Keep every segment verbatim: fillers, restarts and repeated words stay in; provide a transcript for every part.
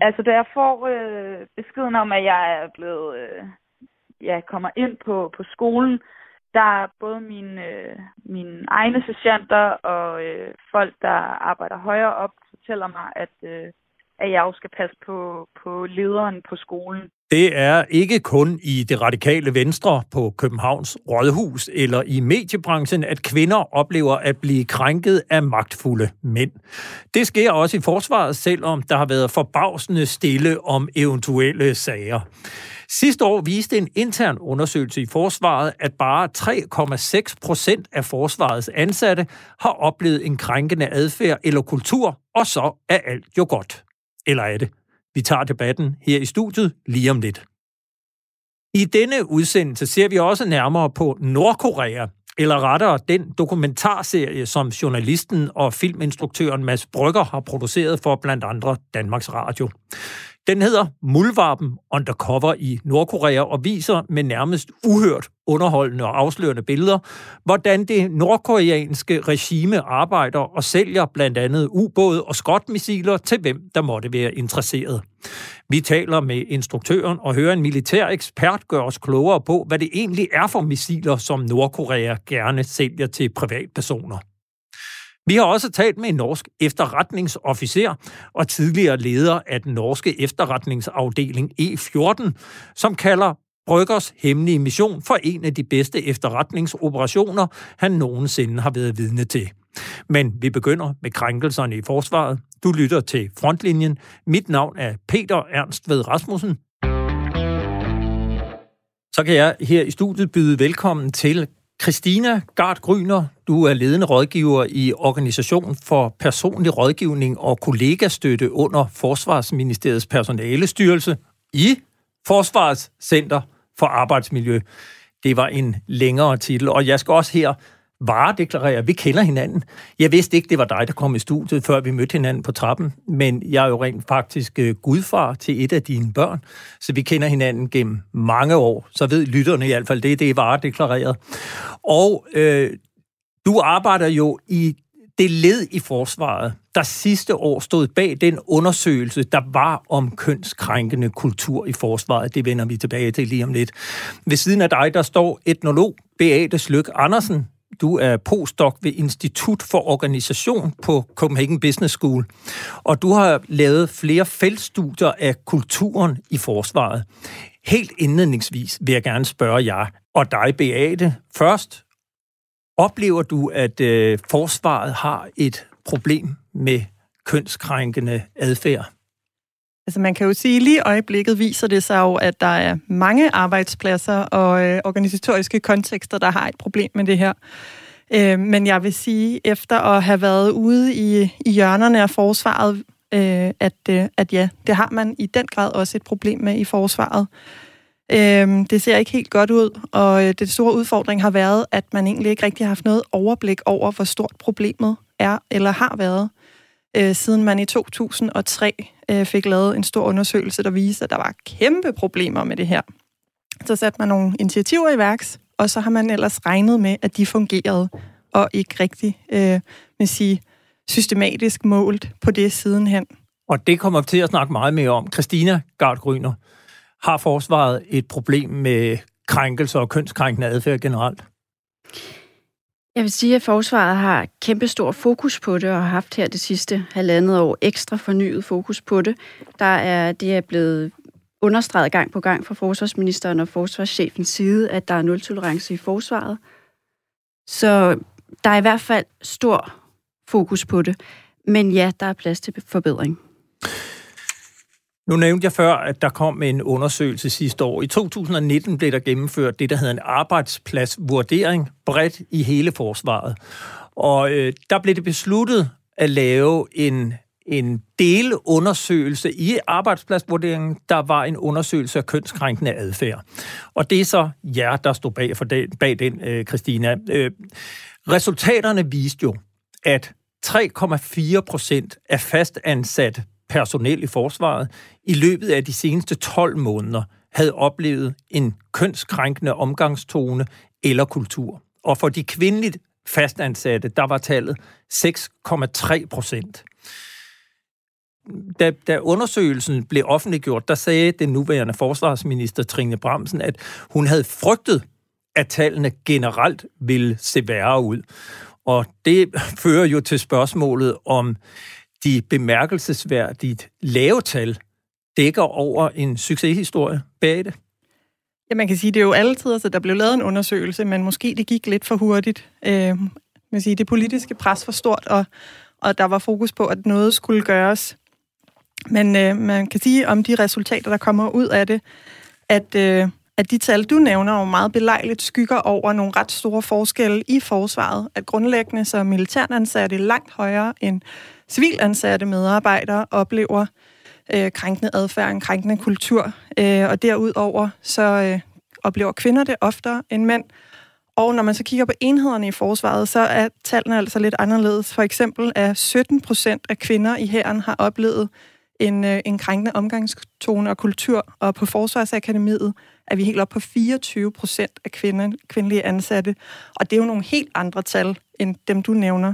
altså, da jeg får øh, beskeden om, at jeg er blevet, øh, jeg kommer ind på, på skolen, der er både mine, øh, mine egne sergeanter og øh, folk, der arbejder højere op, fortæller mig, at, øh, at jeg også skal passe på, på lederen på skolen. Det er ikke kun i det radikale Venstre på Københavns Rådhus eller i mediebranchen, at kvinder oplever at blive krænket af magtfulde mænd. Det sker også i forsvaret, selvom der har været forbavsende stille om eventuelle sager. Sidste år viste en intern undersøgelse i forsvaret, at bare tre komma seks procent af forsvarets ansatte har oplevet en krænkende adfærd eller kultur, og så er alt jo godt. Eller er det? Vi tager debatten her i studiet lige om lidt. I denne udsendelse ser vi også nærmere på Nordkorea, eller rettere den dokumentarserie, som journalisten og filminstruktøren Mads Brügger har produceret for blandt andre Danmarks Radio. Den hedder Muldvarpen Undercover i Nordkorea og viser med nærmest uhørt underholdende og afslørende billeder, hvordan det nordkoreanske regime arbejder og sælger blandt andet ubåde og skrotmissiler til hvem der måtte være interesseret. Vi taler med instruktøren og hører en militær ekspert gøre os klogere på, hvad det egentlig er for missiler, som Nordkorea gerne sælger til privatpersoner. Vi har også talt med en norsk efterretningsofficer og tidligere leder af den norske efterretningsafdeling E fjorten, som kalder Brüggers hemmelige mission for en af de bedste efterretningsoperationer, han nogensinde har været vidne til. Men vi begynder med krænkelserne i forsvaret. Du lytter til Frontlinjen. Mit navn er Peter Ernst Ved Rasmussen. Så kan jeg her i studiet byde velkommen til Christina Gard Gryner. Du er ledende rådgiver i Organisation for Personlig Rådgivning og Kollegastøtte under Forsvarsministeriets personalestyrelse i Forsvarets Center for Arbejdsmiljø. Det var en længere titel, og jeg skal også her varedeklarere, at vi kender hinanden. Jeg vidste ikke, det var dig, der kom i studiet, før vi mødte hinanden på trappen, men jeg er jo rent faktisk gudfar til et af dine børn, så vi kender hinanden gennem mange år. Så ved lytterne i hvert fald det, det er varedeklareret. Og øh, du arbejder jo i det led i forsvaret, der sidste år stod bag den undersøgelse, der var om kønskrænkende kultur i forsvaret. Det vender vi tilbage til lige om lidt. Ved siden af dig, der står etnolog Beate Sløk Andersen. Du er postdoc ved Institut for Organisation på Copenhagen Business School, og du har lavet flere feltstudier af kulturen i forsvaret. Helt indledningsvis vil jeg gerne spørge jer, og dig, Beate, først. Oplever du, at øh, forsvaret har et problem med kønskrænkende adfærd? Altså man kan jo sige, at lige i øjeblikket viser det sig jo, at der er mange arbejdspladser og øh, organisatoriske kontekster, der har et problem med det her. Øh, men jeg vil sige, efter at have været ude i, i hjørnerne af forsvaret, øh, at, øh, at ja, det har man i den grad også et problem med i forsvaret. Øh, det ser ikke helt godt ud, og øh, det store udfordring har været, at man egentlig ikke rigtig har haft noget overblik over, hvor stort problemet er eller har været. Øh, siden man i to tusind og tre øh, fik lavet en stor undersøgelse, der viste, at der var kæmpe problemer med det her. Så satte man nogle initiativer i værks, og så har man ellers regnet med, at de fungerede, og ikke rigtig øh, med sige, systematisk målt på det sidenhen. Og det kommer vi til at snakke meget mere om. Christina Gard Gryner, har forsvaret et problem med krænkelser og kønskrænkende adfærd generelt? Jeg vil sige, at forsvaret har kæmpe stor fokus på det, og har haft her det sidste halvandet år ekstra fornyet fokus på det. Der er, det er blevet understreget gang på gang fra forsvarsministeren og forsvarschefens side, at der er nul-tolerance i forsvaret. Så der er i hvert fald stor fokus på det. Men ja, der er plads til forbedring. Nu nævnte jeg før, at der kom en undersøgelse sidste år. I to tusind og nitten blev der gennemført det, der hedder en arbejdspladsvurdering bredt i hele forsvaret. Og øh, der blev det besluttet at lave en, en delundersøgelse i arbejdspladsvurderingen. Der var en undersøgelse af kønskrænkende adfærd. Og det er så jer, der stod bag, for den, bag den, øh, Christina. Øh, resultaterne viste jo, at tre komma fire procent af fastansat personel i forsvaret i løbet af de seneste tolv måneder havde oplevet en kønskrænkende omgangstone eller kultur. Og for de kvindeligt fastansatte, der var tallet seks komma tre procent. da, da undersøgelsen blev offentliggjort, der sagde den nuværende forsvarsminister Trine Bramsen, at hun havde frygtet, at tallene generelt ville se værre ud. Og det fører jo til spørgsmålet om de bemærkelsesværdigt lave tal dækker over en succeshistorie bag det. Ja, man kan sige, det er jo altid, at der blev lavet en undersøgelse, men måske det gik lidt for hurtigt. Øh, man sige, det politiske pres var stort, og, og der var fokus på, at noget skulle gøres. Men øh, man kan sige om de resultater, der kommer ud af det, at, øh, at de tal, du nævner, jo meget belejligt skygger over nogle ret store forskelle i forsvaret. At grundlæggende så militæransatte langt højere end civilansatte medarbejdere oplever øh, krænkende adfærd, en krænkende kultur. Øh, og derudover så øh, oplever kvinder det oftere end mænd. Og når man så kigger på enhederne i forsvaret, så er tallene altså lidt anderledes. For eksempel er sytten procent af kvinder i hæren har oplevet en, øh, en krænkende omgangstone og kultur, og på Forsvarsakademiet er vi helt op på fireogtyve procent af kvinder, kvindelige ansatte. Og det er jo nogle helt andre tal, end dem du nævner.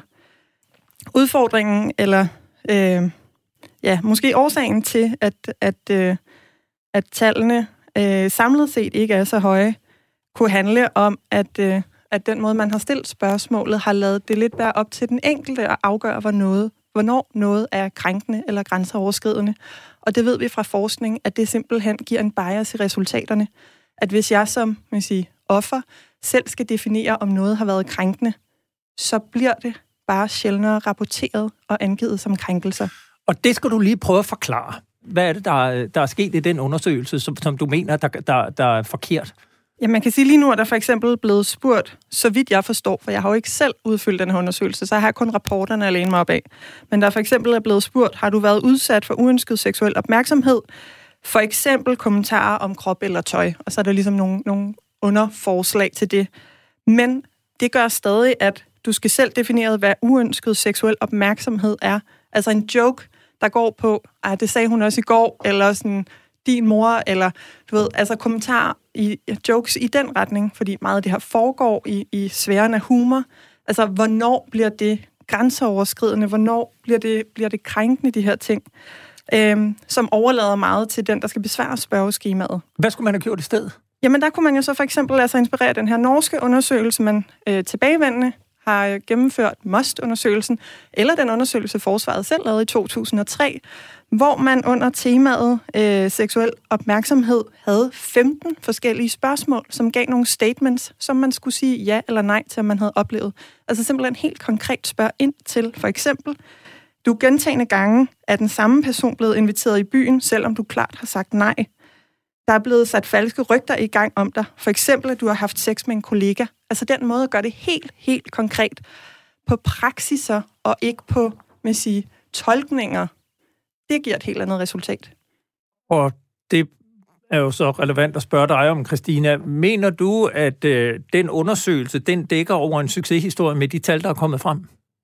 Udfordringen, eller øh, ja, måske årsagen til, at, at, øh, at tallene øh, samlet set ikke er så høje, kunne handle om, at, øh, at den måde, man har stillet spørgsmålet, har lavet det lidt være op til den enkelte at afgøre, hvor noget, hvornår noget er krænkende eller grænseoverskridende. Og det ved vi fra forskning, at det simpelthen giver en bias i resultaterne. At hvis jeg som man siger, offer selv skal definere, om noget har været krænkende, så bliver det bare sjældnere rapporteret og angivet som krænkelser. Og det skal du lige prøve at forklare. Hvad er det, der, der er sket i den undersøgelse, som, som du mener, der, der, der er forkert? Ja, man kan sige lige nu, at der for eksempel blevet spurgt, så vidt jeg forstår, for jeg har jo ikke selv udfyldt den her undersøgelse, så har jeg kun rapporterne alene mig op af. Men der for eksempel er blevet spurgt, har du været udsat for uønsket seksuel opmærksomhed? For eksempel kommentarer om krop eller tøj, og så er der ligesom nogle, nogle underforslag til det. Men det gør stadig, at du skal selv definere, hvad uønsket seksuel opmærksomhed er. Altså en joke, der går på, ah, det sagde hun også i går, eller sådan, din mor, eller du ved, altså kommentarer i jokes i den retning, fordi meget af det her foregår i, i sfæren af humor. Altså, hvornår bliver det grænseoverskridende? Hvornår bliver det, bliver det krænkende, de her ting? Øhm, som overlader meget til den, der skal besvare spørgeskemaet. Hvad skulle man have gjort i stedet? Jamen, der kunne man jo så for eksempel lade sig inspirere den her norske undersøgelse, man øh, tilbagevendende har gennemført, MOST-undersøgelsen, eller den undersøgelse, Forsvaret selv lavede i to tusind og tre, hvor man under temaet øh, seksuel opmærksomhed havde femten forskellige spørgsmål, som gav nogle statements, som man skulle sige ja eller nej til, om man havde oplevet. Altså simpelthen helt konkret spørge ind til, for eksempel, du er gentagne gange af den samme person blevet inviteret i byen, selvom du klart har sagt nej. Der er blevet sat falske rygter i gang om dig. For eksempel, at du har haft sex med en kollega. Altså den måde at gøre det helt, helt konkret på praksiser og ikke på, man siger, tolkninger. Det giver et helt andet resultat. Og det er jo så relevant at spørge dig om, Christina. Mener du, at øh, den undersøgelse, den dækker over en succeshistorie med de tal, der er kommet frem?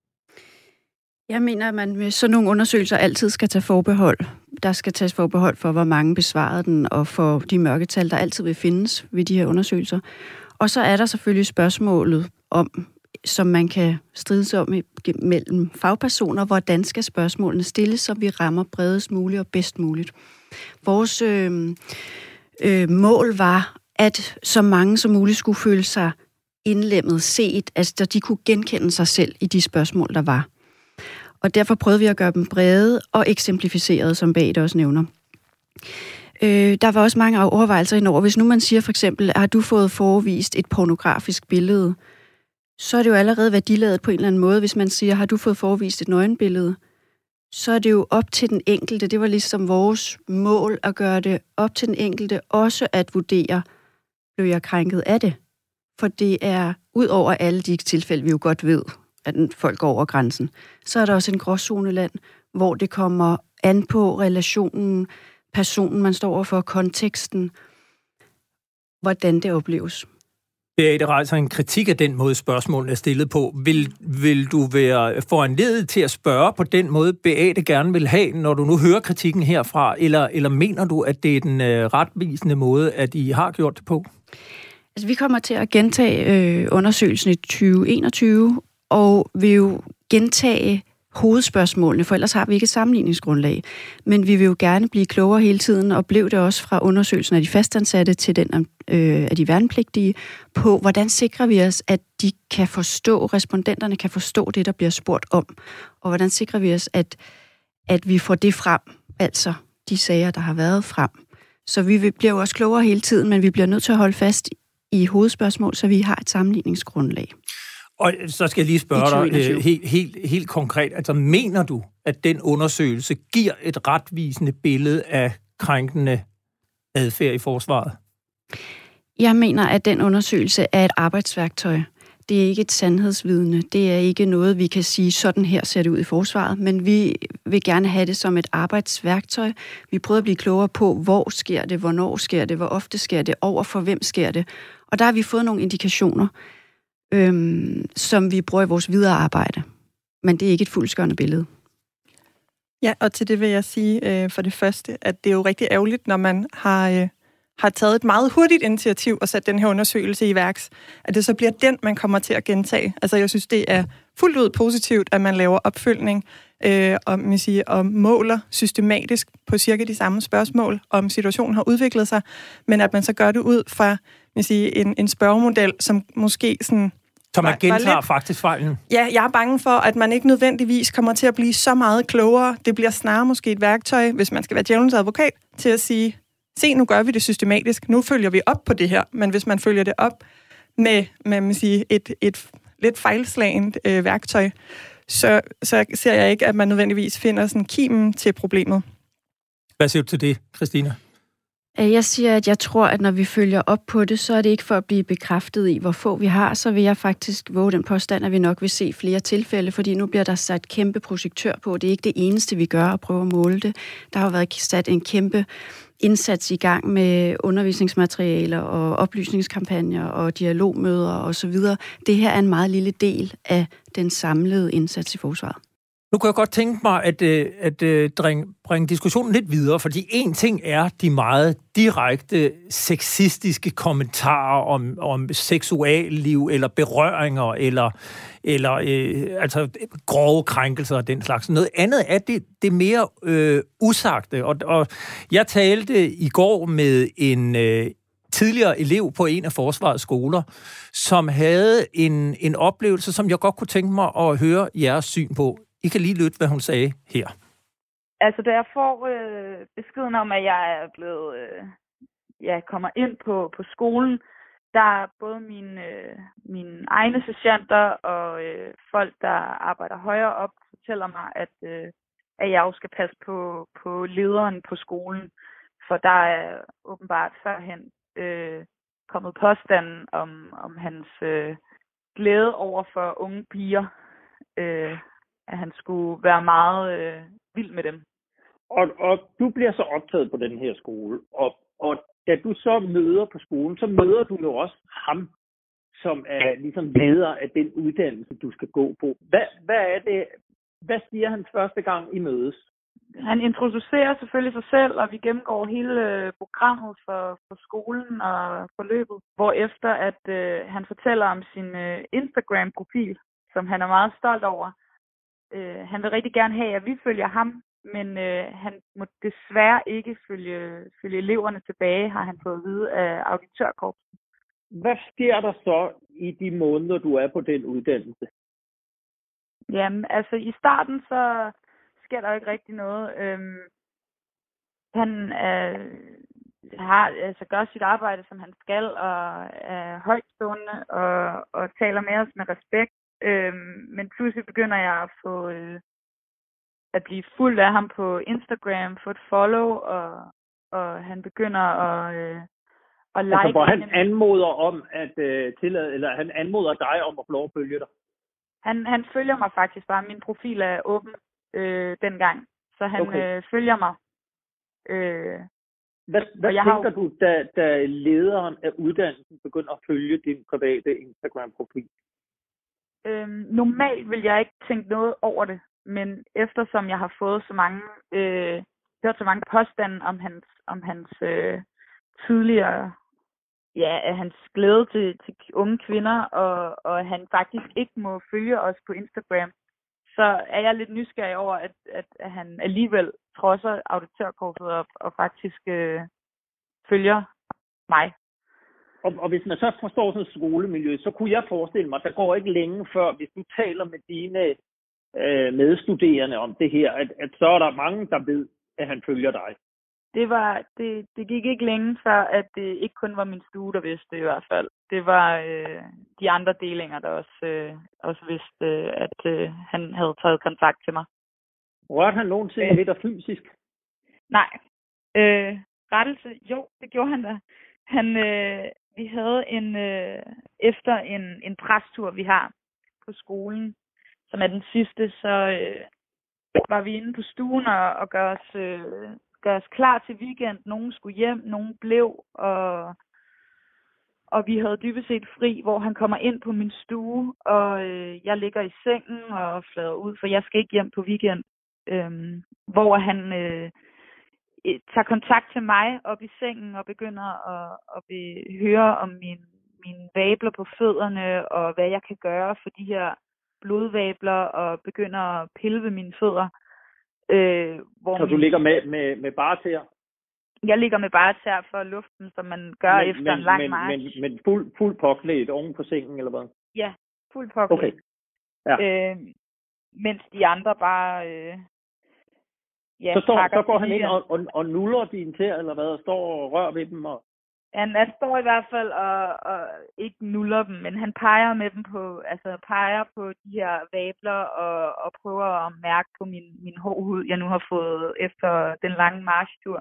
Jeg mener, at man med sådan nogle undersøgelser altid skal tage forbehold. Der skal tages forbehold for, hvor mange besvarede den, og for de mørketal, der altid vil findes ved de her undersøgelser. Og så er der selvfølgelig spørgsmålet om, som man kan stride sig om mellem fagpersoner, hvordan skal spørgsmålene stilles, så vi rammer bredest muligt og bedst muligt. Vores øh, øh, mål var, at så mange som muligt skulle føle sig indlemmet, set, altså de kunne genkende sig selv i de spørgsmål, der var. Og derfor prøvede vi at gøre dem brede og eksemplificerede, som Beate også nævner. Øh, der var også mange overvejelser indover. Hvis nu man siger for eksempel, har du fået forevist et pornografisk billede, så er det jo allerede værdiladet på en eller anden måde. Hvis man siger, har du fået forevist et nøgenbillede, så er det jo op til den enkelte. Det var ligesom vores mål at gøre det op til den enkelte, også at vurdere, blev jeg krænket af det? For det er ud over alle de tilfælde, vi jo godt ved, at folk går over grænsen. Så er der også en gråzoneland, hvor det kommer an på relationen, personen, man står overfor, konteksten, hvordan det opleves. Det rejser en kritik af den måde, spørgsmålene er stillet på. Vil, vil du være foranledet til at spørge på den måde, Beate gerne vil have, når du nu hører kritikken herfra, eller, eller mener du, at det er den øh, retvisende måde, at I har gjort det på? Altså, vi kommer til at gentage øh, undersøgelsen i tyve enogtyve, og vil jo gentage hovedspørgsmålene, for ellers har vi ikke et sammenligningsgrundlag. Men vi vil jo gerne blive klogere hele tiden, og blev det også fra undersøgelsen af de fastansatte til den øh, af de værnepligtige, på hvordan sikrer vi os, at de kan forstå, respondenterne kan forstå det, der bliver spurgt om, og hvordan sikrer vi os, at, at vi får det frem, altså de sager, der har været frem. Så vi bliver jo også klogere hele tiden, men vi bliver nødt til at holde fast i hovedspørgsmål, så vi har et sammenligningsgrundlag. Og så skal jeg lige spørge dig øh, helt, helt, helt konkret. Altså, mener du, at den undersøgelse giver et retvisende billede af krænkende adfærd i forsvaret? Jeg mener, at den undersøgelse er et arbejdsværktøj. Det er ikke et sandhedsvidne. Det er ikke noget, vi kan sige, sådan her ser det ud i forsvaret. Men vi vil gerne have det som et arbejdsværktøj. Vi prøver at blive klogere på, hvor sker det, hvornår sker det, hvor ofte sker det, over for hvem sker det. Og der har vi fået nogle indikationer, øhm, som vi bruger i vores videre arbejde. Men det er ikke et fuldskørende billede. Ja, og til det vil jeg sige øh, for det første, at det er jo rigtig ærgerligt, når man har... Øh, har taget et meget hurtigt initiativ og sat den her undersøgelse i værks, at det så bliver den, man kommer til at gentage. Altså, jeg synes, det er fuldt ud positivt, at man laver opfølgning øh, og, man siger, og måler systematisk på cirka de samme spørgsmål, om situationen har udviklet sig, men at man så gør det ud fra man siger, en, en spørgemodel, som måske sådan... Så man gentager lidt, faktisk fejlen? Ja, jeg er bange for, at man ikke nødvendigvis kommer til at blive så meget klogere. Det bliver snarere måske et værktøj, hvis man skal være djævelens advokat, til at sige... Se, nu gør vi det systematisk. Nu følger vi op på det her. Men hvis man følger det op med, med man siger, et, et lidt fejlslagent øh, værktøj, så, så ser jeg ikke, at man nødvendigvis finder sådan kimen til problemet. Hvad siger du til det, Christina? Jeg siger, at jeg tror, at når vi følger op på det, så er det ikke for at blive bekræftet i, hvor få vi har. Så vil jeg faktisk våge den påstand, at vi nok vil se flere tilfælde, fordi nu bliver der sat kæmpe projektør på. Det er ikke det eneste, vi gør at prøve at måle det. Der har jo været sat en kæmpe indsats i gang med undervisningsmaterialer og oplysningskampagner og dialogmøder osv. Det her er en meget lille del af den samlede indsats i forsvaret. Nu kan jeg godt tænke mig at, at, at bringe diskussionen lidt videre, fordi en ting er de meget direkte sexistiske kommentarer om, om seksualliv eller berøringer eller, eller øh, altså grove krænkelser og den slags. Noget andet er det, det mere øh, usagte. Og, og jeg talte i går med en øh, tidligere elev på en af forsvarets skoler, som havde en, en oplevelse, som jeg godt kunne tænke mig at høre jeres syn på. I kan lige lytte, hvad hun sagde her. Altså, da jeg får øh, beskeden om, at jeg er blevet, øh, jeg kommer ind på, på skolen, der er både mine, øh, mine egne sergeanter og øh, folk, der arbejder højere op, fortæller mig, at, øh, at jeg også skal passe på, på lederen på skolen. For der er åbenbart førhen øh, kommet påstanden om, om hans øh, glæde over for unge piger, øh, at han skulle være meget øh, vild med dem. Og, og du bliver så optaget på den her skole, og, og da du så møder på skolen, så møder du jo også ham, som er ligesom leder af den uddannelse, du skal gå på. Hvad, hvad er det, hvad siger han første gang, I mødes? Han introducerer selvfølgelig sig selv, og vi gennemgår hele programmet for, for skolen og forløbet, hvorefter at øh, han fortæller om sin øh, Instagram-profil, som han er meget stolt over. Øh, han vil rigtig gerne have, at vi følger ham, men øh, han må desværre ikke følge, følge eleverne tilbage, har han fået at vide af auditørkorpsen. Hvad sker der så i de måneder, du er på den uddannelse? Jamen, altså i starten så sker der jo ikke rigtig noget. Øhm, han øh, har, altså, gør sit arbejde, som han skal, og er højtstående og, og taler med os med respekt. Øhm, men pludselig begynder jeg at få øh, at blive fuld af ham på Instagram, få et follow, og, og han begynder at, øh, at like. Altså, hvor han anmoder om at øh, tillade, eller han anmoder dig om at få lov at følge dig? Han, han følger mig faktisk bare. Min profil er åben øh, dengang, så han okay. øh, følger mig. Øh, hvad hvad tænker har... du, da, da lederen af uddannelsen begynder at følge din private Instagram-profil? Øhm, normalt vil jeg ikke tænke noget over det, men eftersom jeg har fået så mange, øh, hørt så mange påstande om hans, om hans øh, tidligere, ja, hans glæde til, til unge kvinder, og, og han faktisk ikke må følge os på Instagram, så er jeg lidt nysgerrig over, at, at, at han alligevel trodser auditørkorset op og faktisk øh, følger mig. Og, og hvis man så forstår sådan et skolemiljø, så kunne jeg forestille mig, at der går ikke længe før, hvis du taler med dine øh, medstuderende om det her, at, at så er der mange, der ved, at han følger dig. Det, var, det, det gik ikke længe før, at det ikke kun var min stue, der vidste det i hvert fald. Det var øh, de andre delinger, der også, øh, også vidste, øh, at øh, han havde taget kontakt til mig. Rørte han nogensinde øh. lidt af fysisk? Nej. Øh, rettelse? Jo, det gjorde han da. Han, øh, vi havde en, øh, efter en, en prestur, vi har på skolen, som er den sidste, så øh, var vi inde på stuen og, og gør os... Øh, gør os klar til weekend. Nogen skulle hjem, nogen blev, og, og vi havde dybest set fri, hvor han kommer ind på min stue, og øh, jeg ligger i sengen og flader ud, for jeg skal ikke hjem på weekend. Øhm, hvor han øh, tager kontakt til mig op i sengen og begynder at, at be, høre om min, mine vabler på fødderne, og hvad jeg kan gøre for de her blodvabler, og begynder at pille ved mine fødder. Øh, hvor så du min, ligger med, med, med bare tæer? Jeg ligger med bare tæer for luften, som man gør men, efter men, en lang men, march. Men, men fuld, fuld påklædt oven på sengen, eller hvad? Ja, fuld påklædt. Okay. Ja. Øh, mens de andre bare... Øh, ja, så, står, så går han ind og, og, og nuller dine tæer, eller hvad? Og står og rører ved dem? Og... Han, han står i hvert fald og, og ikke nuller dem, men han peger med dem på, altså peger på de her vabler og, og prøver at mærke på min, min hårde hud, jeg nu har fået efter den lange marchtur.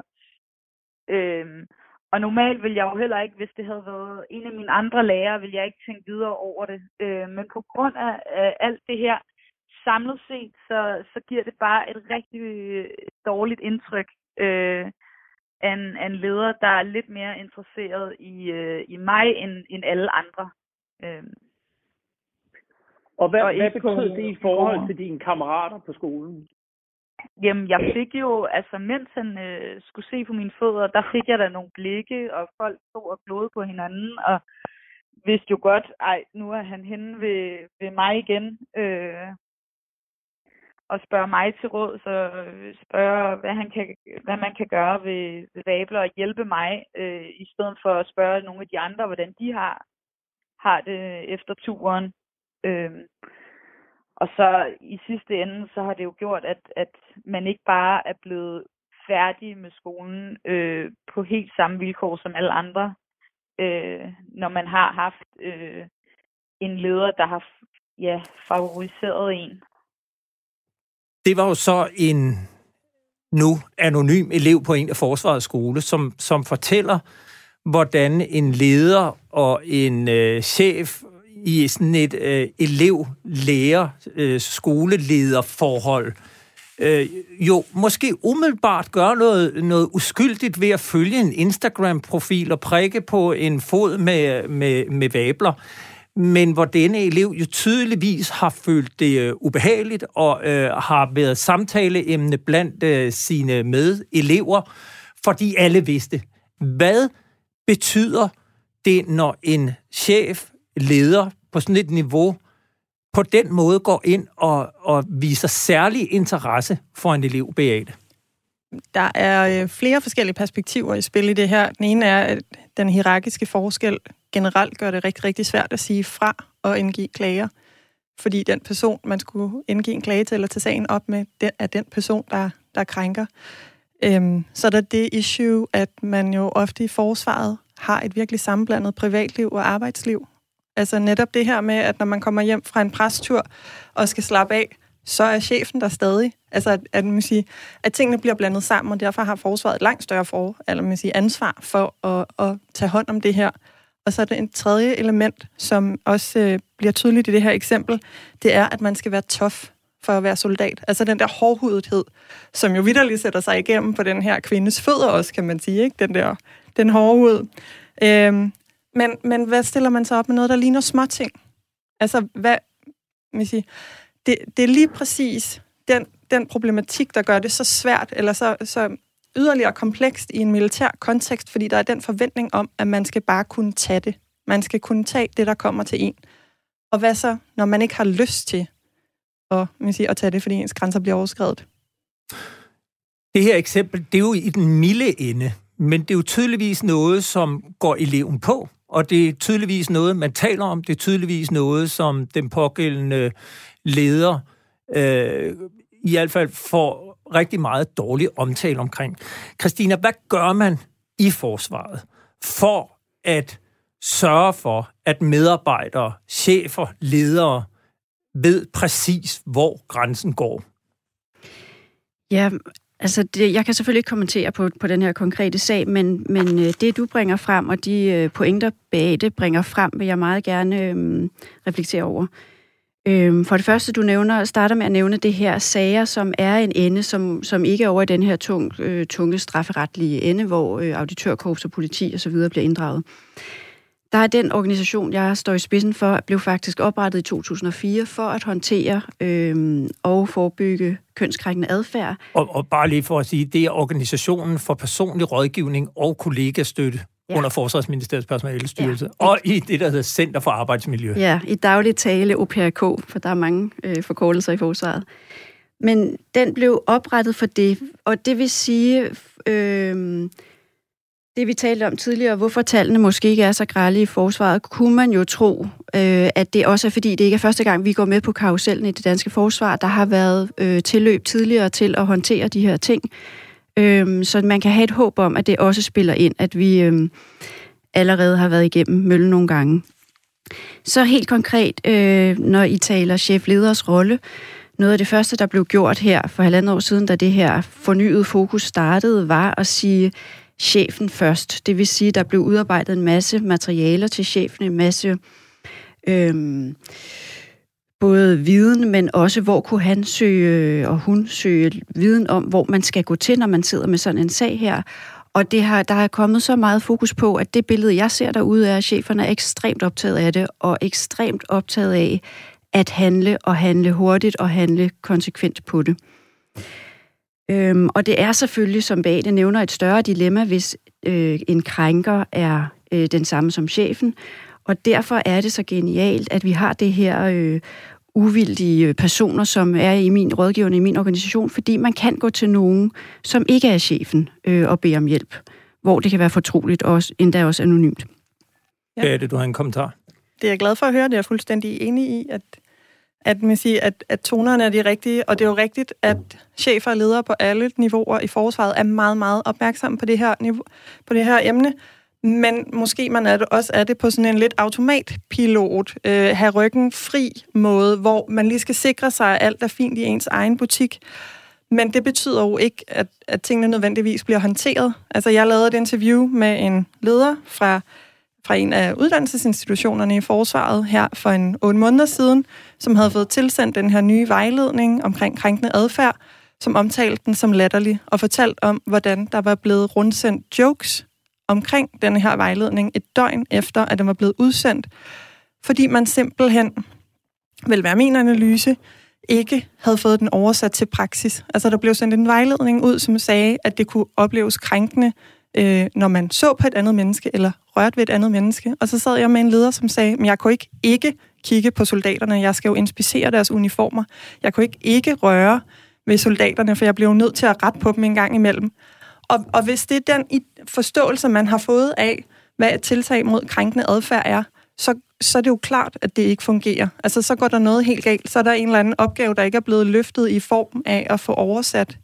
Øhm, og normalt ville jeg jo heller ikke, hvis det havde været en af mine andre lærere, ville jeg ikke tænke videre over det. Øh, men på grund af, af alt det her, samlet set, så, så giver det bare et rigtig dårligt indtryk. Øh, En, en leder, der er lidt mere interesseret i, øh, i mig end, end alle andre. Øhm. Og hvad, og hvad betyder det i forhold til dine kammerater på skolen? Jamen, jeg fik jo, altså mens han øh, skulle se på mine fødder, der fik jeg da nogle blikke, og folk stod og glodede på hinanden, og vidste jo godt, ej, nu er han henne ved, ved mig igen. Øh. Og spørge mig til råd, så spørge, hvad, han kan, hvad man kan gøre ved, ved vabler og hjælpe mig, øh, i stedet for at spørge nogle af de andre, hvordan de har, har det efter turen. Øh, og så i sidste ende, så har det jo gjort, at, at man ikke bare er blevet færdig med skolen øh, på helt samme vilkår som alle andre, øh, når man har haft øh, en leder, der har ja, favoriseret en. Det var jo så en nu anonym elev på en af forsvarets skole, som, som fortæller, hvordan en leder og en øh, chef i sådan et øh, elev-lærer øh, skolelederforhold øh, jo måske umiddelbart gør noget, noget uskyldigt ved at følge en Instagram-profil og prikke på en fod med, med, med vabler. Men hvor denne elev jo tydeligvis har følt det øh, ubehageligt og øh, har været samtaleemne blandt øh, sine medelever, fordi alle vidste. Hvad betyder det, når en chef, leder på sådan et niveau, på den måde går ind og, og viser særlig interesse for en elev, Beate? Der er øh, flere forskellige perspektiver i spil i det her. Den ene er, at den hierarkiske forskel generelt gør det rigtig, rigtig svært at sige fra og indgive klager. Fordi den person, man skulle indgive en klage til eller tage sagen op med, den er den person, der, der krænker. Øhm, så er der det issue, at man jo ofte i forsvaret har et virkelig sammenblandet privatliv og arbejdsliv. Altså netop det her med, at når man kommer hjem fra en prestur og skal slappe af, så er chefen der stadig. Altså at, at, man sige, at tingene bliver blandet sammen, og derfor har forsvaret et langt større for, eller man siger, ansvar for at, at tage hånd om det her. Og så er der en tredje element, som også øh, bliver tydeligt i det her eksempel, det er, at man skal være tough for at være soldat. Altså den der hårdhudethed, som jo vitterligt sætter sig igennem på den her kvindes fødder også, kan man sige, ikke? Den der, den hårde hud. Øhm, men, men hvad stiller man så op med noget, der ligner småting? Altså, hvad, man siger, det, det er lige præcis den, den problematik, der gør det så svært, eller så, så yderligere komplekst i en militær kontekst, fordi der er den forventning om, at man skal bare kunne tage det. Man skal kunne tage det, der kommer til en. Og hvad så, når man ikke har lyst til at, man siger, at tage det, fordi ens grænser bliver overskredet. Det her eksempel, det er jo i den milde ende, men det er jo tydeligvis noget, som går eleven på, og det er tydeligvis noget, man taler om, det er tydeligvis noget, som den pågældende leder øh, i hvert fald får rigtig meget dårlig omtale omkring. Christina, hvad gør man i forsvaret for at sørge for, at medarbejdere, chefer, ledere ved præcis, hvor grænsen går? Ja, altså det, jeg kan selvfølgelig ikke kommentere på, på den her konkrete sag, men, men det, du bringer frem, og de pointer bag det bringer frem, vil jeg meget gerne øhm, reflektere over. Øhm, for det første, du nævner, starter med at nævne det her sager, som er en ende, som, som ikke er over i den her tung, øh, tunge strafferetlige ende, hvor øh, auditørkorps og politi osv. bliver inddraget. Der er den organisation, jeg står i spidsen for, blev faktisk oprettet i to tusind og fire for at håndtere øh, og forebygge kønskrænkende adfærd. Og, og bare lige for at sige, det er Organisationen for Personlig Rådgivning og Kollegastøtte ja. under Forsvarsministeriets Personalestyrelse, ja. og i det, der hedder Center for Arbejdsmiljø. Ja, i daglig tale O P R K, for der er mange øh, forkortelser i forsvaret. Men den blev oprettet for det, og det vil sige... Øh, Det vi talte om tidligere, hvorfor tallene måske ikke er så grelle i forsvaret, kunne man jo tro, øh, at det også er fordi, det ikke er første gang, vi går med på karusellen i det danske forsvar. Der har været øh, tilløb tidligere til at håndtere de her ting. Øh, så man kan have et håb om, at det også spiller ind, at vi øh, allerede har været igennem møllen nogle gange. Så helt konkret, øh, når I taler chefleders rolle, noget af det første, der blev gjort her for halvandet år siden, da det her fornyede fokus startede, var at sige chefen først. Det vil sige, at der blev udarbejdet en masse materialer til chefen, en masse øhm, både viden, men også hvor kunne han søge og hun søge viden om, hvor man skal gå til, når man sidder med sådan en sag her. Og det har, der er kommet så meget fokus på, at det billede, jeg ser derude, er, at cheferne er ekstremt optaget af det, og ekstremt optaget af at handle og handle hurtigt og handle konsekvent på det. Øhm, og det er selvfølgelig, som bag det nævner, et større dilemma, hvis øh, en krænker er øh, den samme som chefen. Og derfor er det så genialt, at vi har det her øh, uvildige personer, som er i min rådgivende, i min organisation, fordi man kan gå til nogen, som ikke er chefen, øh, og bede om hjælp, hvor det kan være fortroligt og også, endda også anonymt. Ja. Hvad er det, du har en kommentar? Det er jeg glad for at høre, det er jeg fuldstændig enig i, at At, man siger, at, at tonerne er de rigtige, og det er jo rigtigt, at chefer og ledere på alle niveauer i forsvaret er meget, meget opmærksomme på det her, niveau, på det her emne, men måske man er det, også er det på sådan en lidt automatpilot, øh, have ryggen fri måde, hvor man lige skal sikre sig, at alt er fint i ens egen butik. Men det betyder jo ikke, at, at tingene nødvendigvis bliver håndteret. Altså, jeg lavede et interview med en leder fra fra en af uddannelsesinstitutionerne i forsvaret her for en otte måneder siden, som havde fået tilsendt den her nye vejledning omkring krænkende adfærd, som omtalte den som latterlig, og fortalt om, hvordan der var blevet rundsendt jokes omkring den her vejledning et døgn efter, at den var blevet udsendt, fordi man simpelthen, vel være min analyse, ikke havde fået den oversat til praksis. Altså, der blev sendt en vejledning ud, som sagde, at det kunne opleves krænkende, øh, når man så på et andet menneske, eller rørte ved et andet menneske. Og så sad jeg med en leder, som sagde, men jeg kunne ikke ikke kigge på soldaterne, jeg skal jo inspicere deres uniformer. Jeg kunne ikke ikke røre ved soldaterne, for jeg blev nødt til at rette på dem en gang imellem. Og, og hvis det er den forståelse, man har fået af, hvad et tiltag mod krænkende adfærd er, så, så er det jo klart, at det ikke fungerer. Altså, så går der noget helt galt. Så er der en eller anden opgave, der ikke er blevet løftet i form af at få oversat.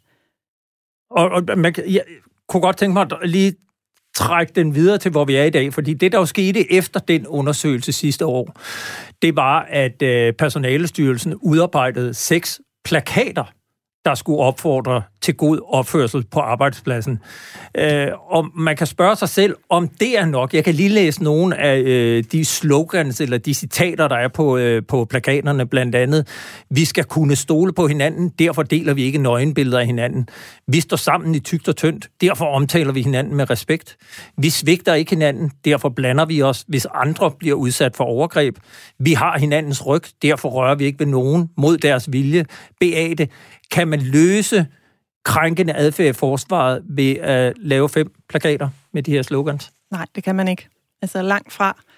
Og, og man, jeg kunne godt tænke mig at lige trække den videre til, hvor vi er i dag, fordi det, der jo skete efter den undersøgelse sidste år, det var, at øh, Personalestyrelsen udarbejdede seks plakater, der skulle opfordre til god opførsel på arbejdspladsen. Øh, og man kan spørge sig selv, om det er nok. Jeg kan lige læse nogle af øh, de slogans eller de citater, der er på, øh, på plakaterne, blandt andet. Vi skal kunne stole på hinanden, derfor deler vi ikke nøgenbilleder af hinanden. Vi står sammen i tykt og tyndt, derfor omtaler vi hinanden med respekt. Vi svigter ikke hinanden, derfor blander vi os, hvis andre bliver udsat for overgreb. Vi har hinandens ryg, derfor rører vi ikke ved nogen mod deres vilje. Beate, kan man løse krænkende adfærd i forsvaret ved at lave fem plakater med de her slogans? Nej, det kan man ikke. Altså langt fra.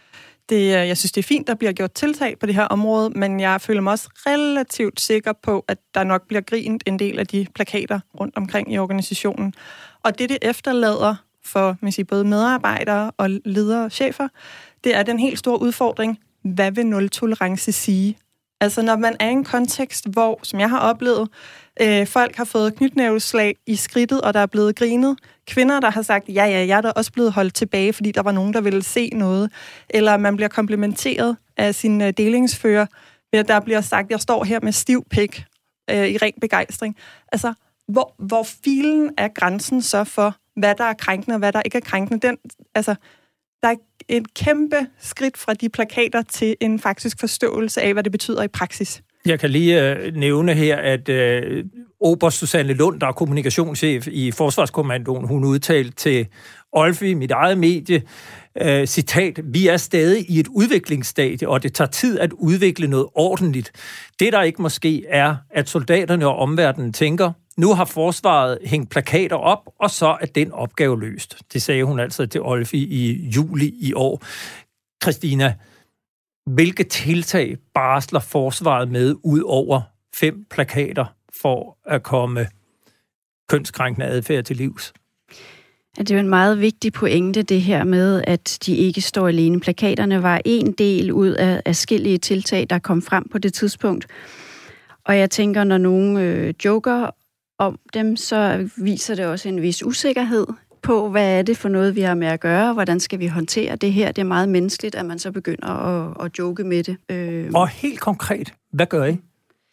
det, jeg synes, det er fint, der bliver gjort tiltag på det her område, men jeg føler mig også relativt sikker på, at der nok bliver grint en del af de plakater rundt omkring i organisationen. Og det, det efterlader for man siger, både medarbejdere og ledere og chefer, det er den helt store udfordring. Hvad vil nul-tolerance sige? Altså, når man er i en kontekst, hvor, som jeg har oplevet, øh, folk har fået knytnæveslag i skridtet, og der er blevet grinet. Kvinder, der har sagt, ja, ja, jeg er da også blevet holdt tilbage, fordi der var nogen, der ville se noget. Eller man bliver komplimenteret af sin øh, delingsfører, ved at der bliver sagt, jeg står her med stiv pik øh, i ren begejstring. Altså, hvor, hvor filen er grænsen så for, hvad der er krænkende og hvad der ikke er krænkende? Den, altså, der er et kæmpe skridt fra de plakater til en faktisk forståelse af, hvad det betyder i praksis. Jeg kan lige øh, nævne her, at øh, oberst Susanne Lund, der er kommunikationschef i Forsvarskommandoen, hun udtalte til Olfi, mit eget medie, øh, citat, vi er stadig i et udviklingsstadie, og det tager tid at udvikle noget ordentligt. Det, der ikke måske er, at soldaterne og omverdenen tænker, nu har forsvaret hængt plakater op, og så er den opgave løst. Det sagde hun altså til Olfi i juli i år. Christina, hvilke tiltag barsler forsvaret med ud over fem plakater for at komme kønskrænkende adfærd til livs? Ja, det er jo en meget vigtig pointe, det her med, at de ikke står alene. Plakaterne var en del ud af forskellige tiltag, der kom frem på det tidspunkt. Og jeg tænker, når nogen øh, joker om dem, så viser det også en vis usikkerhed på, hvad er det for noget, vi har med at gøre, hvordan skal vi håndtere det her. Det er meget menneskeligt, at man så begynder at, at joke med det. Øh. Og helt konkret, hvad gør I?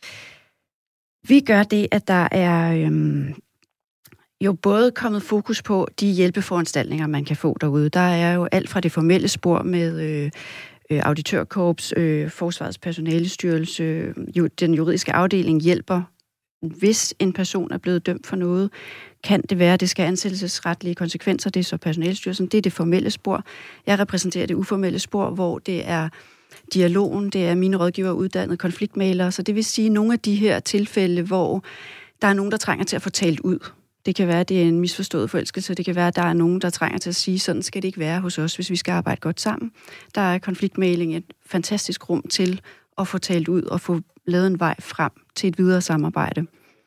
Vi gør det, at der er øhm, jo både kommet fokus på de hjælpeforanstaltninger, man kan få derude. Der er jo alt fra det formelle spor med øh, øh, auditørkorps, øh, Forsvarets personalestyrelse, øh, jo, den juridiske afdeling hjælper. Hvis en person er blevet dømt for noget, kan det være, at det skal ansættelsesretlige konsekvenser. Det er så personalestyrelsen. Det er det formelle spor. Jeg repræsenterer det uformelle spor, hvor det er dialogen, det er mine rådgivere uddannede konfliktmælere. Så det vil sige nogle af de her tilfælde, hvor der er nogen, der trænger til at få talt ud. Det kan være, at det er en misforstået forelskelse. Det kan være, at der er nogen, der trænger til at sige, sådan skal det ikke være hos os, hvis vi skal arbejde godt sammen. Der er konfliktmæling et fantastisk rum til at få talt ud og få lavet en vej frem til et videre samarbejde.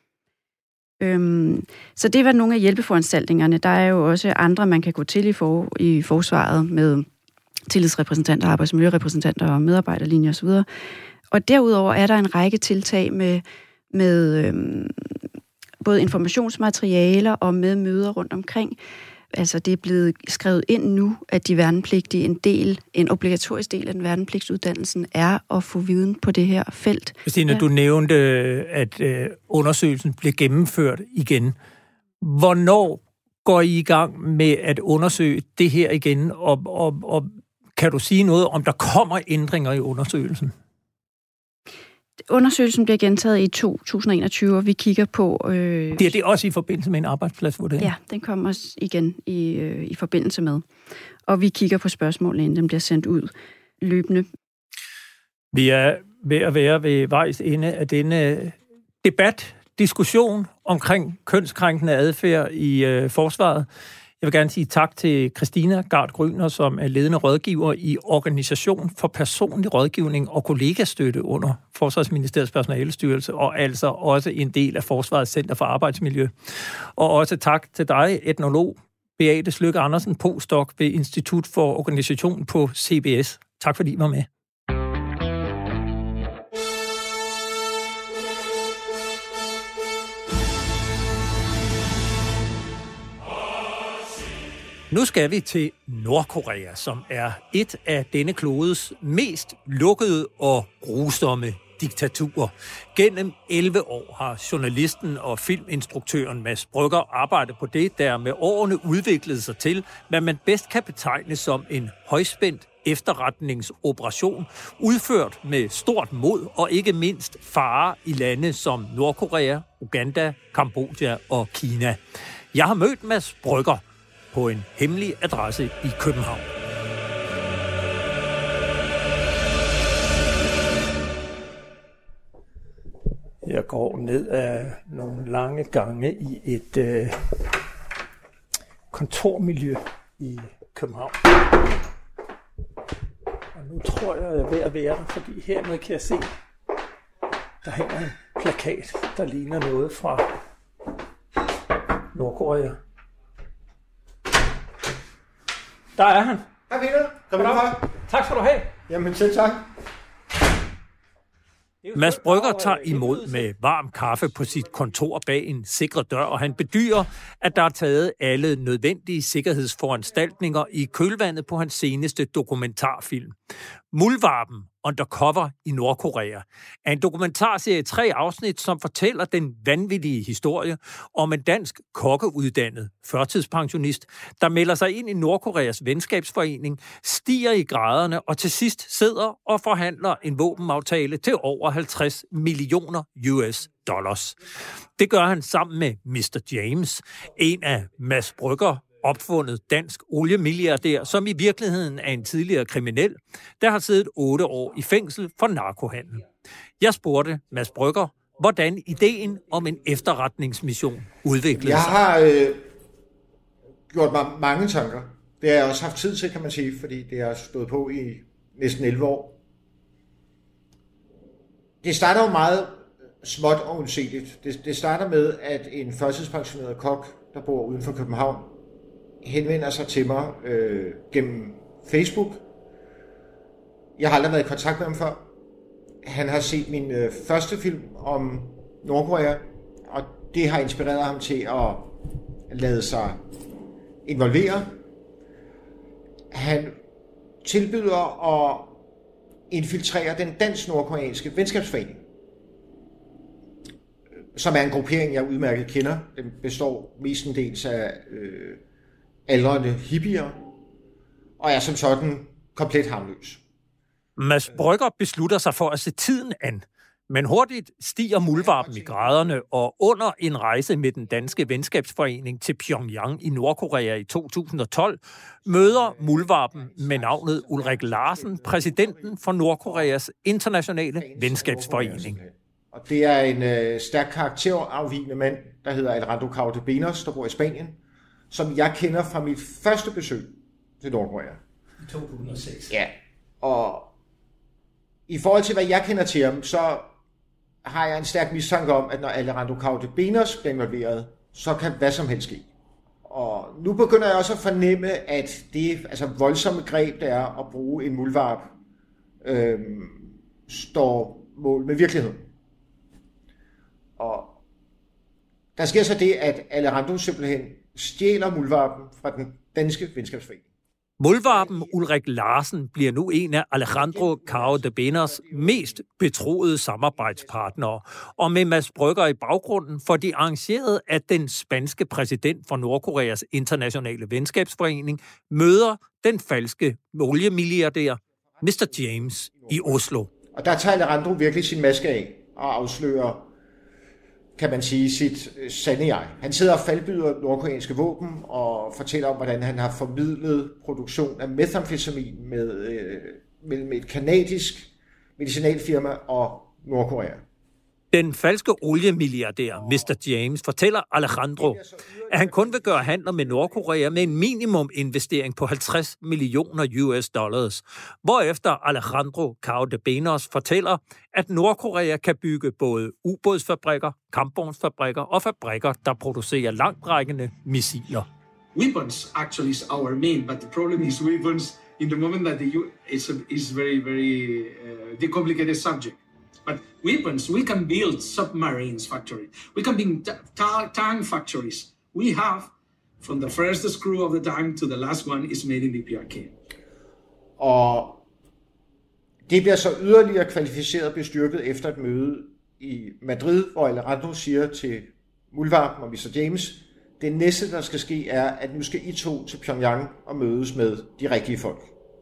Øhm, så det var nogle af hjælpeforanstaltningerne. Der er jo også andre, man kan gå til i, for, i forsvaret med tillidsrepræsentanter, arbejdsmiljørepræsentanter og medarbejderlinjer osv. Og derudover er der en række tiltag med, med øhm, både informationsmaterialer og med møder rundt omkring. Altså det er blevet skrevet ind nu, at de værnepligtige, en del, en obligatorisk del af den værnepligtsuddannelsen er at få viden på det her felt. Christina, ja. Du nævnte, at øh, undersøgelsen bliver gennemført igen. Hvornår går I i gang med at undersøge det her igen, og, og, og kan du sige noget om, der kommer ændringer i undersøgelsen? Undersøgelsen bliver gentaget i to tusind og enogtyve, og vi kigger på... Øh, det er det også i forbindelse med en arbejdspladsvurdering? Ja, den kommer også igen i, øh, i forbindelse med. Og vi kigger på spørgsmålene, inden den bliver sendt ud løbende. Vi er ved at være ved vejs ende af denne debat, diskussion omkring kønskrænkende adfærd i øh, forsvaret. Jeg vil gerne sige tak til Christina Gard Gryner, som er ledende rådgiver i Organisation for Personlig Rådgivning og Kollegastøtte under Forsvarsministeriets personalestyrelse, og altså også en del af Forsvarets Center for Arbejdsmiljø. Og også tak til dig, etnolog Beate Sløkke Andersen, postdoc ved Institut for Organisation på C B S. Tak fordi I var med. Nu skal vi til Nordkorea, som er et af denne klodes mest lukkede og grusomme diktaturer. Gennem elleve år har journalisten og filminstruktøren Mads Brügger arbejdet på det, der med årene udviklede sig til, hvad man bedst kan betegne som en højspændt efterretningsoperation, udført med stort mod og ikke mindst fare i lande som Nordkorea, Uganda, Kambodja og Kina. Jeg har mødt Mads Brügger på en hemmelig adresse i København. Jeg går ned ad nogle lange gange i et øh, kontormiljø i København. Og nu tror jeg, jeg er ved at være der, fordi hernede kan jeg se, der hænger en plakat, der ligner noget fra Nordkorea. Der er han. Hej Peter. Kom ind for. Tak skal du have. Jamen selv tak. Mads Brügger tager imod med varm kaffe på sit kontor bag en sikret dør, og han bedyrer, at der er taget alle nødvendige sikkerhedsforanstaltninger i kølvandet på hans seneste dokumentarfilm. Muldvarpen Undercover i Nordkorea er en dokumentarserie i tre afsnit, som fortæller den vanvittige historie om en dansk kokkeuddannet førtidspensionist, der melder sig ind i Nordkoreas venskabsforening, stiger i graderne og til sidst sidder og forhandler en våbenaftale til over halvtreds millioner U S dollars. Det gør han sammen med mister James, en af Mads Brügger opfundet dansk oliemilliardær, som i virkeligheden er en tidligere kriminel, der har siddet otte år i fængsel for narkohandel. Jeg spurgte Mads Brügger, hvordan ideen om en efterretningsmission udviklede sig. Jeg har øh, gjort mig mange tanker. Det har jeg også haft tid til, kan man sige, fordi det har stået på i næsten elleve år. Det starter jo meget småt og undseligt. Det, det starter med, at en førtidspensioneret kok, der bor uden for København, henvender sig til mig øh, gennem Facebook. Jeg har aldrig været i kontakt med ham før. Han har set min øh, første film om Nordkorea, og det har inspireret ham til at lade sig involvere. Han tilbyder at infiltrere den dansk-nordkoreanske venskabsforening, som er en gruppering, jeg udmærket kender. Den består mestendels af øh, aldrende hippier, og er som sådan komplet harmløs. Mads Brügger beslutter sig for at se tiden an, men hurtigt stiger muldvarpen i graderne, og under en rejse med den danske venskabsforening til Pyongyang i Nordkorea i to tusind og tolv, møder muldvarpen med navnet Ulrik Larsen, præsidenten for Nordkoreas internationale venskabsforening. Og det er en øh, stærk karakterafvigende mand, der hedder Alejandro Caudebenos, der bor i Spanien, som jeg kender fra mit første besøg til Nordkorea. I to tusind og seks. Ja, og i forhold til, hvad jeg kender til ham, så har jeg en stærk mistanke om, at når Alejandro Caudebenos bliver involveret, så kan hvad som helst ske. Og nu begynder jeg også at fornemme, at det altså voldsomme greb, der er at bruge en muldvarp, øh, står mål med virkeligheden. Og der sker så det, at Alejandro simpelthen stjæler muldvarpen fra den danske venskabsforening. Muldvarpen Ulrik Larsen bliver nu en af Alejandro Caudebenos mest betroede samarbejdspartnere, og med Mads Brügger i baggrunden får de arrangeret, at den spanske præsident for Nordkoreas internationale venskabsforening møder den falske oliemilliardær mister James i Oslo. Og der tager Alejandro virkelig sin maske af og afslører, kan man sige, sit sande jeg. Han sidder og faldbyder nordkoreanske våben og fortæller om, hvordan han har formidlet produktion af methamfetamin med, øh, mellem et kanadisk medicinalfirma og Nordkorea. Den falske oliemilliardær mister James fortæller Alejandro, at han kun vil gøre handler med Nordkorea med en minimuminvestering på halvtreds millioner U S dollars, hvorefter Alejandro Caudebenos fortæller, at Nordkorea kan bygge både ubådsfabrikker, kampvognsfabrikker og fabrikker, der producerer langtrækkende missiler. Weapons actually is our main, but the problem is weapons in the moment that the U it's a is very very uh, the complicated subject. But weapons, we can build submarines factories. We can build ta- tank factories. We have, from the first screw of the tank to the last one, is made in the P R K. Og det bliver så yderligere kvalificeret og bestyrket efter et møde i Madrid, hvor Alejandro siger til muldvarpen og mister James, det næste, der skal ske, er, at nu skal I to til Pyongyang og mødes med de rigtige folk.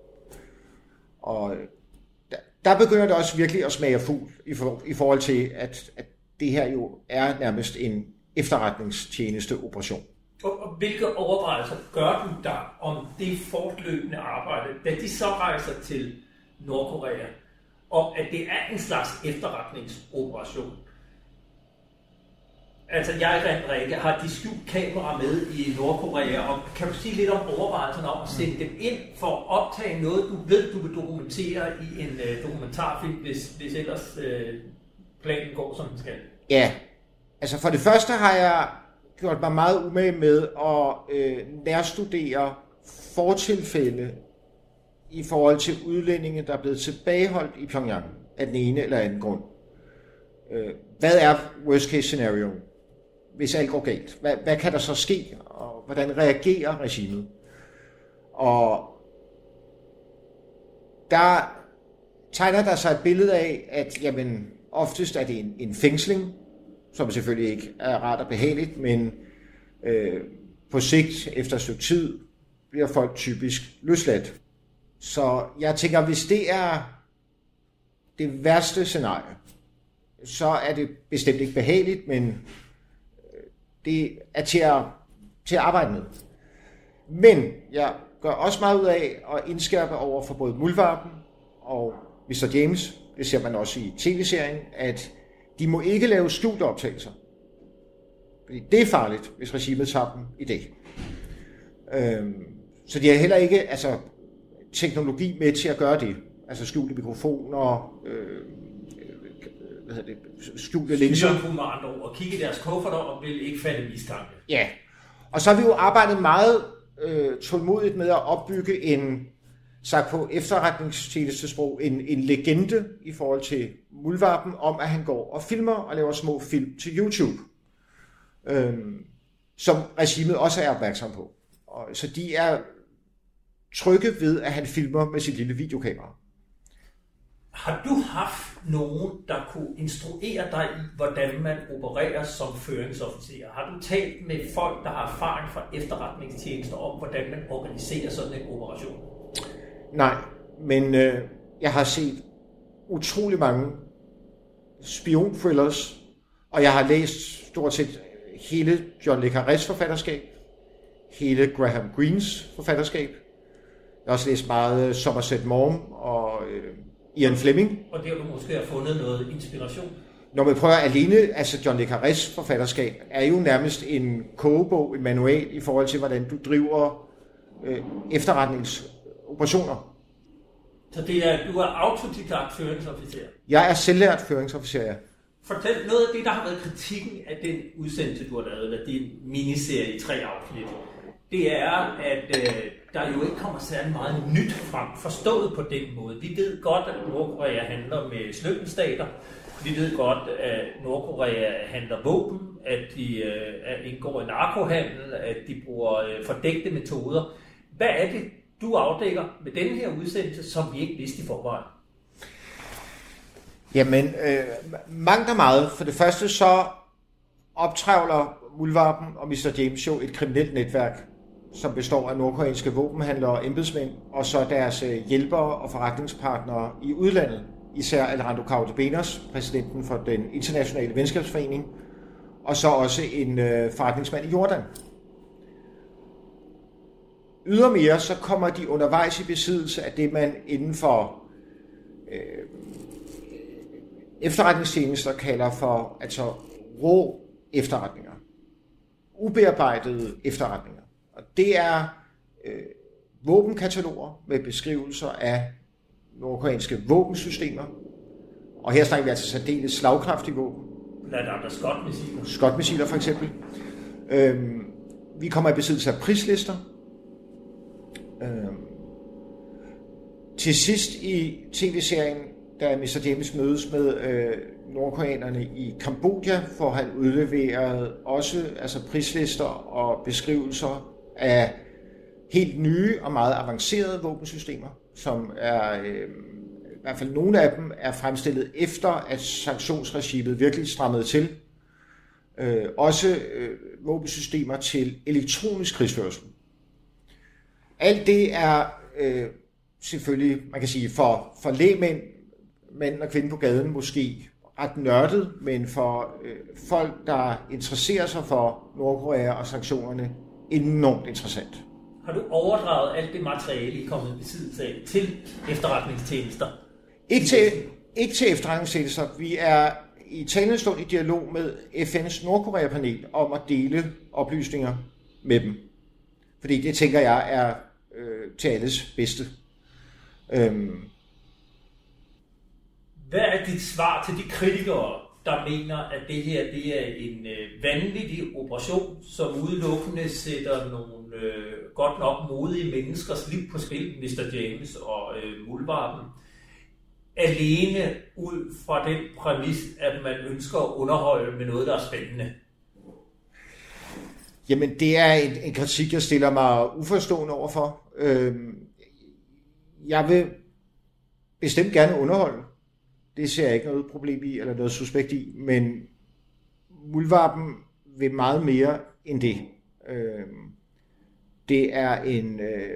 Og der begynder det også virkelig at smage fugl i, for, i forhold til, at, at det her jo er nærmest en efterretningstjeneste operation. Og, og hvilke overvejelser gør du der om det fortløbende arbejde, da de så rejser til Nordkorea, om at det er en slags efterretningsoperation? Altså, jeg rent ikke har de skjult kamera med i Nordkorea, og kan du sige lidt om overvejelserne om at sende dem ind for at optage noget, du ved, du vil dokumentere i en øh, dokumentarfilm, hvis, hvis ellers øh, planen går, som den skal? Ja, altså for det første har jeg gjort mig meget umage med at øh, nærstudere fortilfælde i forhold til udlændinge, der er blevet tilbageholdt i Pyongyang af den ene eller anden grund. Øh, hvad er worst case scenario, hvis alt går galt? Hvad, hvad kan der så ske, og hvordan reagerer regimet? Og der tegner der sig et billede af, at jamen, oftest er det en, en fængsling, som selvfølgelig ikke er rart og behageligt, men øh, på sigt, efter et stykke tid, bliver folk typisk løsladt. Så jeg tænker, hvis det er det værste scenarie, så er det bestemt ikke behageligt, men det er til at, til at arbejde med. Men jeg gør også meget ud af at indskærpe over for både Muldvarpen og mister James, det ser man også i tv-serien, at de må ikke lave skjulte optagelser. Fordi det er farligt, hvis regimet tager dem i det. Øhm, så de har heller ikke altså, teknologi med til at gøre det. Altså skjulte mikrofoner, øh, hvad hedder det, skjulte linser. Styrer med andre ord, og kigge i deres kufferter og vil ikke falde mistanke. Ja, og så har vi jo arbejdet meget øh, tålmodigt med at opbygge en, sagt på efterretningstjenestesprog, en, en legende i forhold til Muldvarpen om, at han går og filmer og laver små film til YouTube, øh, som regimet også er opmærksom på. Og, så de er trygge ved, at han filmer med sit lille videokamera. Har du haft nogen, der kunne instruere dig i, hvordan man opererer som føringsofficer? Har du talt med folk, der har erfaring fra efterretningstjenester om, hvordan man organiserer sådan en operation? Nej, men øh, jeg har set utrolig mange spion-thrillers, og jeg har læst stort set hele John le Carrés forfatterskab, hele Graham Greens forfatterskab. Jeg har også læst meget Somerset Maugham og øh, Ian Fleming. Og det har du måske har fundet noget inspiration? Når man prøver alene, altså John le Carrés forfatterskab, er jo nærmest en kogebog, en manual i forhold til, hvordan du driver øh, efterretningsoperationer. Så det er, du er autodidakt føringsofficer? Jeg er selvlært føringsofficer, ja. Fortæl noget af det, der har været kritikken af den udsendelse, du har lavet, eller din miniserie i tre afsnit. Det er, at øh, der jo ikke kommer særlig meget nyt frem, forstået på den måde. Vi ved godt, at Nordkorea handler med slyngelstater. Vi ved godt, at Nordkorea handler våben, at de øh, indgår i narkohandel, at de bruger øh, fordækte metoder. Hvad er det, du afdækker med denne her udsendelse, som vi ikke vidste i forvejen? Jamen, øh, mangt og meget. For det første så optrævler Muldvarpen og mister James jo et kriminelt netværk, som består af nordkoreanske våbenhandlere og embedsmænd, og så deres hjælpere og forretningspartnere i udlandet. Især Alejandro Caudebenos, præsidenten for den internationale venskabsforening, og så også en øh, forretningsmand i Jordan. Ydermere så kommer de undervejs i besiddelse af det, man inden for øh, efterretningstjenester kalder for altså rå efterretninger. Ubearbejdede efterretninger. Og det er øh, våbenkataloger med beskrivelser af nordkoreanske våbensystemer. Og her snakker vi altså særdeles slagkraftige våben. Blandt andre Scott-missiler. Scott-missiler for eksempel. Øhm, vi kommer i besiddelse af prislister. Øhm, til sidst i tv-serien, da mister James mødes med øh, nordkoreanerne i Kambodja, får han udleveret også altså prislister og beskrivelser af helt nye og meget avancerede våbensystemer, som er, øh, i hvert fald nogle af dem, er fremstillet efter, at sanktionsregimet virkelig strammede til. Øh, også øh, våbensystemer til elektronisk krigsførsel. Alt det er øh, selvfølgelig, man kan sige, for, for lægmænd, mænd og kvinder på gaden måske ret nørdet, men for øh, folk, der interesserer sig for Nordkorea og sanktionerne, enormt interessant. Har du overdraget alt det materiale, I er kommet i besiddelse af, til efterretningstjenester? Ikke til, ikke til efterretningstjenester. Vi er i talende stund i dialog med F N's Nordkorea-panel om at dele oplysninger med dem. Fordi det, tænker jeg, er øh, til alles bedste. Øhm. Hvad er dit svar til de kritikere, der mener, at det her det er en øh, vanvittig operation, som udelukkende sætter nogle øh, godt nok modige menneskers liv på spil, mister James og øh, Muldvarpen, alene ud fra den præmis, at man ønsker at underholde med noget, der er spændende? Jamen, det er en, en kritik, jeg stiller mig uforstående overfor. Øhm, jeg vil bestemt gerne underholde. Det ser jeg ikke noget problem i, eller noget suspekt i, men Muldvarpen vil meget mere end det. Øhm, det er en øh,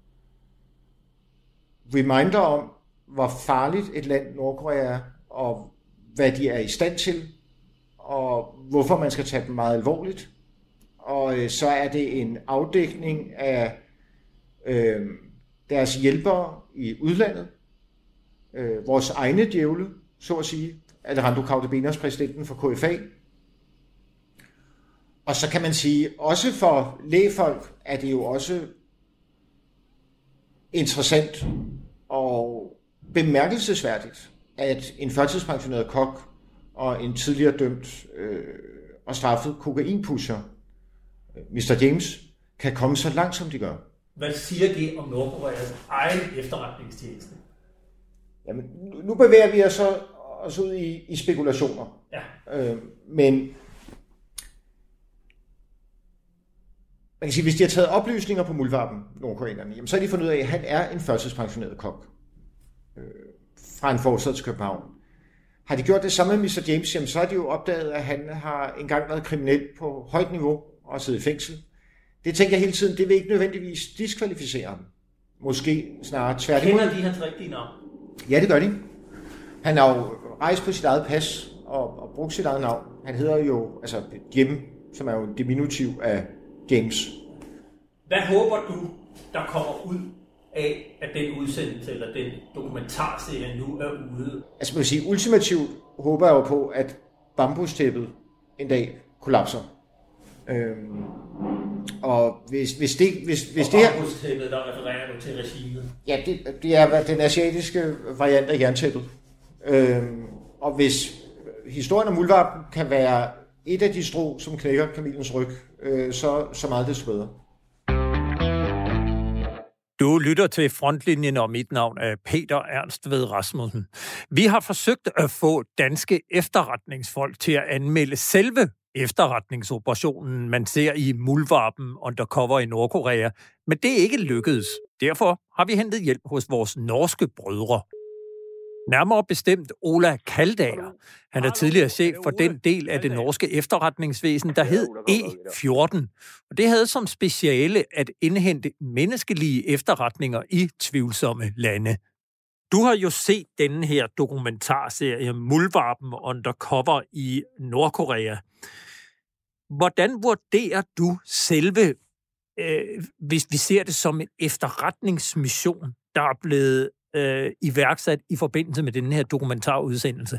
reminder om, hvor farligt et land Nordkorea er, og hvad de er i stand til, og hvorfor man skal tage dem meget alvorligt. Og øh, så er det en afdækning af øh, deres hjælpere i udlandet, øh, vores egne djævle, så at sige, Alejandro Cautebenos, præsidenten for K F A. Og så kan man sige, også for lægfolk er det jo også interessant og bemærkelsesværdigt, at en førtidspensioneret kok og en tidligere dømt øh, og straffet kokainpusher, mister James, kan komme så langt, som de gør. Hvad siger det om Nordkoreas egen efterretningstjeneste? Jamen, nu bevæger vi os så os ud i, i spekulationer. Ja. Øh, men man kan sige, hvis de har taget oplysninger på Muldvarpen, nordkoreanerne, jamen, så har de fundet ud af, at han er en førtidspensioneret kok øh, fra en forstad til København. Har de gjort det samme med mister James, jamen, så har de jo opdaget, at han har engang været kriminel på højt niveau og siddet i fængsel. Det tænker jeg hele tiden, det vil ikke nødvendigvis diskvalificere ham. Måske snarere tværtimod. Kender de hans rigtige navn? Ja, det gør de. Han har jo rejst på sit eget pas og, og brugt sit eget navn. Han hedder jo, altså Jim, som er jo en diminutiv af James. Hvad håber du, der kommer ud af, at den udsendelse eller den dokumentarserie nu er ude? Altså man vil sige, ultimativt håber jeg jo på, at bambustæppet en dag kollapser. Øhm, og hvis, hvis det, hvis, hvis og det her... bambustæppet, der refererer du til regimet? Ja, det, det er den asiatiske variant af jerntæppet. Øhm, og hvis historien om Muldvarpen kan være et af de strå, som knækker kamilens ryg, øh, så, så meget desto bedre. Du lytter til Frontlinjen, og mit navn er Peter Ernst Ved Rasmussen. Vi har forsøgt at få danske efterretningsfolk til at anmelde selve efterretningsoperationen, man ser i Muldvarpen undercover i Nordkorea, men det er ikke lykkedes. Derfor har vi hentet hjælp hos vores norske brødre. Nærmere bestemt Ola Kaldager. Han er tidligere chef for den del af det norske efterretningsvæsen, der hed E fjorten. Og det havde som speciale at indhente menneskelige efterretninger i tvivlsomme lande. Du har jo set denne her dokumentarserie Muldvarpen undercover i Nordkorea. Hvordan vurderer du selve, øh, hvis vi ser det som en efterretningsmission, der er blevet øh, iværksat i forbindelse med denne her dokumentarudsendelse?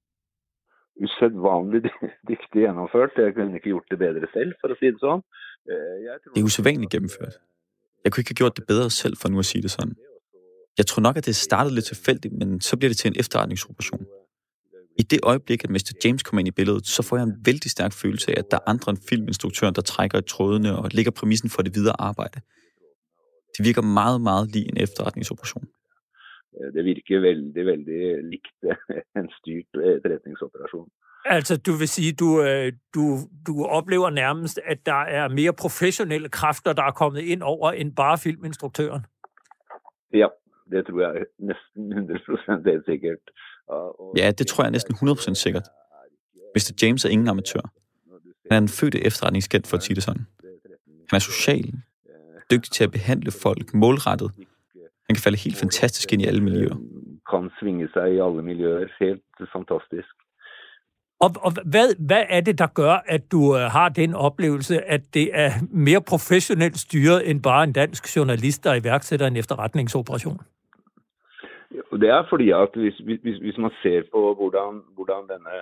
Usædvanligt dygtigt gennemført. Jeg kunne ikke gjort det bedre selv, for at sige det sådan. Det er usædvanligt gennemført. Jeg kunne ikke have gjort det bedre selv, for nu at sige det sådan. Jeg tror nok, at det startede lidt tilfældigt, men så bliver det til en efterretningsoperation. I det øjeblik, at mister James kommer ind i billedet, så får jeg en vældig stærk følelse af, at der er andre end filminstruktøren, der trækker i trådene og lægger præmissen for det videre arbejde. Det virker meget, meget lige en efterretningsoperation. Det virker vældig, vældig likt en styrt efterretningsoperation. Altså, du vil sige, du, du, du oplever nærmest, at der er mere professionelle kræfter, der er kommet ind over, end bare filminstruktøren? Ja, det tror jeg næsten hundrede procent helt sikkert. Ja, det tror jeg næsten hundrede procent sikkert. mister James er ingen amatør. Han er en født efterretningsagent, for at sige det sådan. Han er social, dygtig til at behandle folk målrettet. Han kan falde helt fantastisk ind i alle miljøer. Kan svinge sig i alle miljøer, helt fantastisk. Og, og hvad, hvad er det, der gør, at du har den oplevelse, at det er mere professionelt styret, end bare en dansk journalist, der iværksætter en efterretningsoperation? Det er fordi, at hvis, hvis, hvis man ser på hvordan, hvordan denne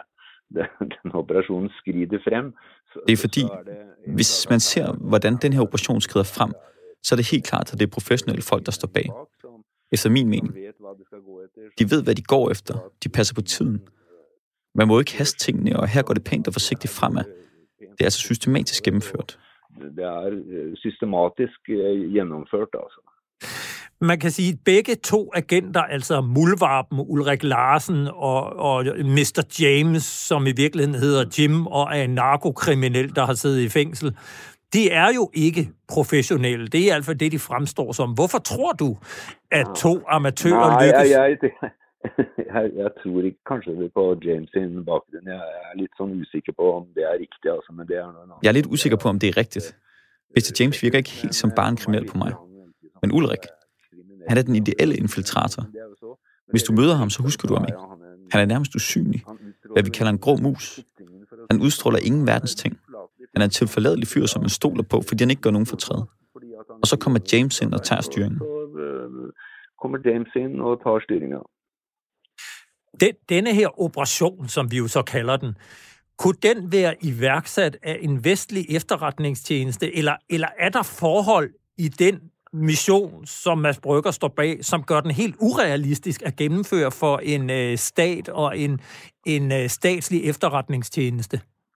den operationen skrider frem. Det er fordi, hvis man ser, hvordan den her operation skrider frem, så er det helt klart, at det er professionelle folk, der står bag. Efter min mening. De ved, hvad de går efter. De passer på tiden. Man må ikke haste tingene, og her går det pænt og forsigtigt fremad. Det er altså systematisk gennemført. Det er systematisk gennemført, altså. Man kan sige, at begge to agenter, altså Muldvarpen, Ulrik Larsen og, og mister James, som i virkeligheden hedder Jim og er en narkokriminel, der har siddet i fængsel, de er jo ikke professionelle. Det er i hvert fald det, de fremstår som. Hvorfor tror du, at to amatører Nej, lykkes? Jeg, jeg, jeg, jeg tror ikke kanskje på James sin bakgrund. Jeg er lidt sådan usikker på, om det er rigtigt. Altså, men det er noget. Jeg er lidt usikker på, om det er rigtigt. mister James virker ikke helt som bare en kriminel på mig. Men Ulrik, han er den ideelle infiltrator. Hvis du møder ham, så husker du ham ikke. Han er nærmest usynlig. Hvad vi kalder en grå mus. Han udstråler ingen verdens ting. Han er en tilforladelig fyr, som man stoler på, fordi han ikke gør nogen fortræd. Og så kommer James ind og tager styringen. Kommer James ind og tager styringen. Den, denne her operation, som vi jo så kalder den, kunne den være iværksat af en vestlig efterretningstjeneste, eller, eller er der forhold i den mission, som Mads Brügger står bag, som gør den helt urealistisk at gennemføre for en øh, stat og en, en øh, statslig efterretningstjeneste?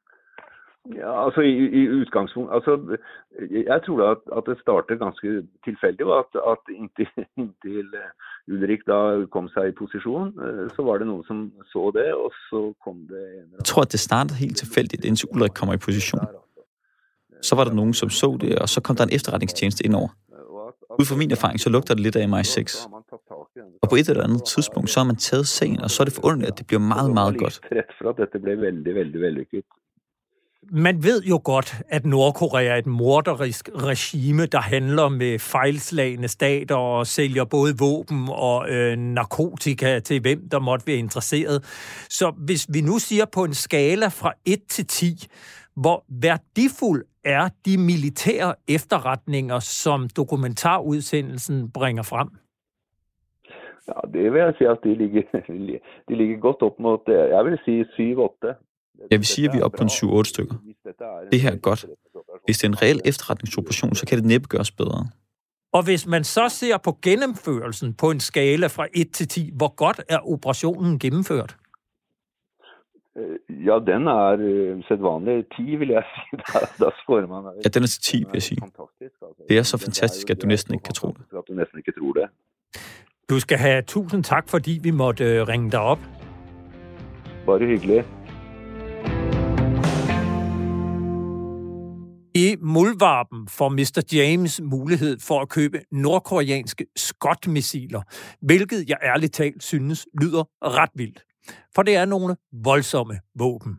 Ja, altså i, i udgangspunkt, altså jeg tror at, at det startede ganske tilfældigt, at, at indtil, indtil Ulrik da kom sig i position, så var det nogen, som så det, og så kom det... En... Jeg tror, at det startede helt tilfældigt, indtil Ulrik kommer i position. Så var der nogen, som så det, og så kom der en efterretningstjeneste indover. Ud fra min erfaring, så lugter det lidt af M I seks. Og på et eller andet tidspunkt, så har man taget sagen, og så er det forunderligt, at det bliver meget, meget godt. For at dette blev vældig, vældig, vellykket. Man ved jo godt, at Nordkorea er et morderisk regime, der handler med fejlslagende stater og sælger både våben og øh, narkotika til hvem, der måtte være interesseret. Så hvis vi nu siger på en skala fra et til ti, hvor værdifuld er de militære efterretninger, som dokumentarudsendelsen bringer frem? Ja, det vil jeg sige, at de ligger, de ligger godt op mod, jeg vil sige syv otte. Jeg vil sige, at vi er oppe på en syv otte stykker. Det her er godt. Hvis det er en reel efterretningsoperation, så kan det næppe gøres bedre. Og hvis man så ser på gennemførelsen på en skala fra et til ti, hvor godt er operationen gennemført? Ja, den er uh, sædvanlig ti, vil jeg sige. Der skårer man. Ja, den er til ti, vil jeg sige. Det er så fantastisk, at du næsten ikke kan tro det. At du næsten ikke kan tro det. Du skal have tusind tak, fordi vi måtte uh, ringe dig op. Bare hyggeligt. I Muldvarpen får mister James mulighed for at købe nordkoreanske Scott-missiler, hvilket jeg ærligt talt synes lyder ret vildt. For det er nogle voldsomme våben.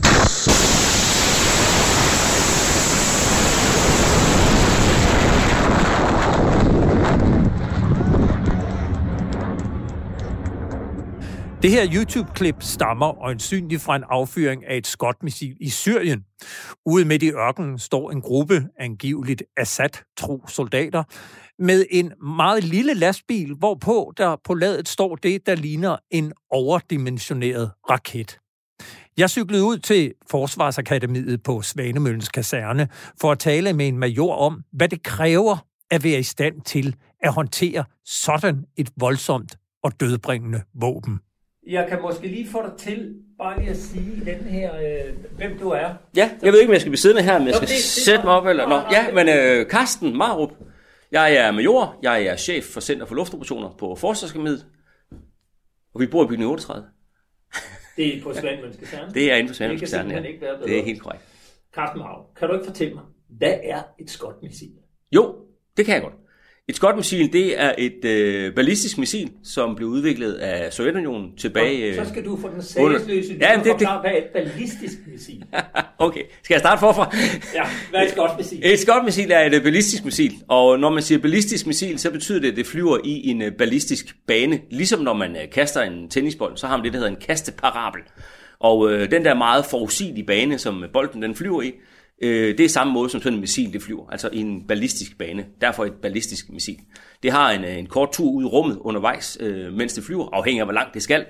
Det her YouTube-klip stammer øjensynligt fra en affyring af et Scott-missil i Syrien. Ude midt i ørkenen står en gruppe angiveligt Assad-tro soldater med en meget lille lastbil, hvorpå der på ladet står det, der ligner en overdimensioneret raket. Jeg cyklede ud til Forsvarsakademiet på Svanemøllens kaserne for at tale med en major om, hvad det kræver at være i stand til at håndtere sådan et voldsomt og dødbringende våben. Jeg kan måske lige få dig til bare lige at sige den her, øh, hvem du er. Ja, jeg ved ikke, om jeg skal blive siddende her, men jeg skal okay, sætte mig op. Eller... Nå, ja, men øh, Carsten Marup. Jeg er major, jeg er chef for Center for Luftoperationer på Forsvarsakademiet, og vi bor i bygning otteogtredive. Det er på Svanemøllens kaserne? Det er inde på Svanemøllens kaserne, ja. Det er helt korrekt. Carsten Marup, kan du ikke fortælle mig, hvad er et Scott-missil? Jo, det kan jeg godt. Et Scott-missil, det er et øh, ballistisk missil, som blev udviklet af Sovjetunionen tilbage... Øh, så skal du få den sagesløse ja, det, forklare, hvad er et ballistisk missil? Okay, skal jeg starte forfra? Ja, hvad er et Scott-missil? Et Scott-missil er et ballistisk missil, og når man siger ballistisk missil, så betyder det, at det flyver i en ballistisk bane. Ligesom når man kaster en tennisbold, så har man det, der hedder en kasteparabel. Og øh, den der meget forudsigelige bane, som bolden den flyver i, det er samme måde, som sådan en missil det flyver, altså i en ballistisk bane. Derfor et ballistisk missil. Det har en, en kort tur ud i rummet undervejs, øh, mens det flyver, afhængig af hvor langt det skal.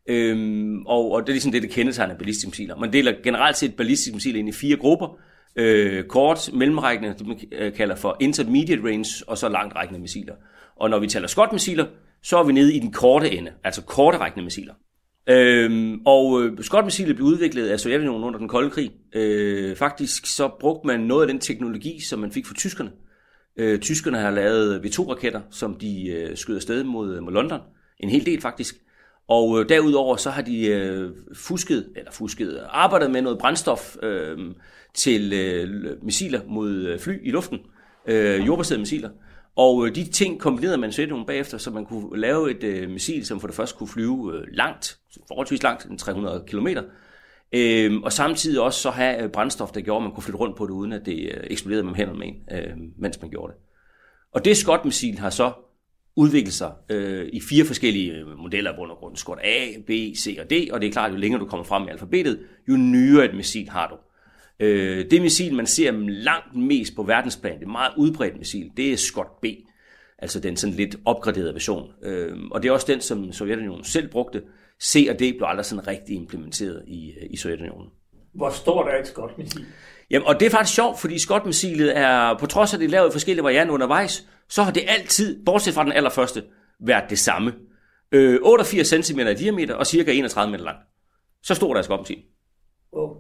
Øhm, og, og det er ligesom det, der kendetegner ballistiske missiler. Man deler generelt set ballistiske missiler ind i fire grupper. Øh, kort, mellemrækkende, det man kalder for intermediate range, og så langtrækkende missiler. Og når vi taler Scud-missiler, så er vi nede i den korte ende, altså korterækkende missiler. Øhm, og øh, Scud-missilet blev udviklet af Sovjetunionen under den kolde krig. Øh, faktisk så brugte man noget af den teknologi, som man fik fra tyskerne. Øh, tyskerne har lavet V to raketter, som de øh, skød afsted mod, mod London. En hel del faktisk. Og øh, derudover så har de øh, fusket, eller fusket, arbejdet med noget brændstof øh, til øh, missiler mod fly i luften. Øh, jordbaserede missiler. Og øh, de ting kombinerede man Sovjetunionen bagefter, så man kunne lave et øh, missil, som for det første kunne flyve øh, langt, forholdsvis langt, tre hundrede kilometer. Øh, og samtidig også så have øh, brændstof, der gjorde, at man kunne flytte rundt på det, uden at det øh, eksploderede med hænderne med en, øh, mens man gjorde det. Og det Scud-missil har så udviklet sig øh, i fire forskellige modeller på grund. Scud A, B, C og D, og det er klart, jo længere du kommer frem i alfabetet, jo nyere et missil har du. Øh, det missil, man ser langt mest på verdensplan, det meget udbredt missil, det er Scud B, altså den sådan lidt opgraderede version. Øh, og det er også den, som Sovjetunionen selv brugte. C og D blev aldrig sådan rigtig implementeret i, i Sovjetunionen. Hvor stort er et Scud-missil? Jamen, og det er faktisk sjovt, fordi Scud-missilet er, på trods af at det er lavet i forskellige varianter undervejs, så har det altid, bortset fra den allerførste, været det samme. Øh, otteogfirs centimeter i diameter og cirka enogtredive meter lang. Så stod der et Scud-missil. Wow.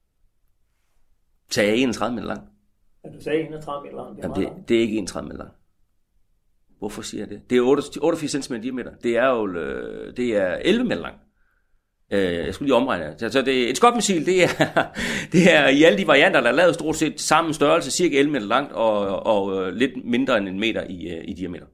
Sagde jeg enogtredive meter lang? Ja, du sagde enogtredive meter lang. Det er, Jamen, det, det er ikke enogtredive meter lang. Hvorfor siger jeg det? Det er otteogfirs centimeter i diameter. Det er jo det er elleve meter lang. Jeg skulle lige omregne. Så det, et Scud-missil, det er, det er i alle de varianter, der er lavet stort set samme størrelse, cirka elleve meter langt og, og lidt mindre end en meter i, i diameter.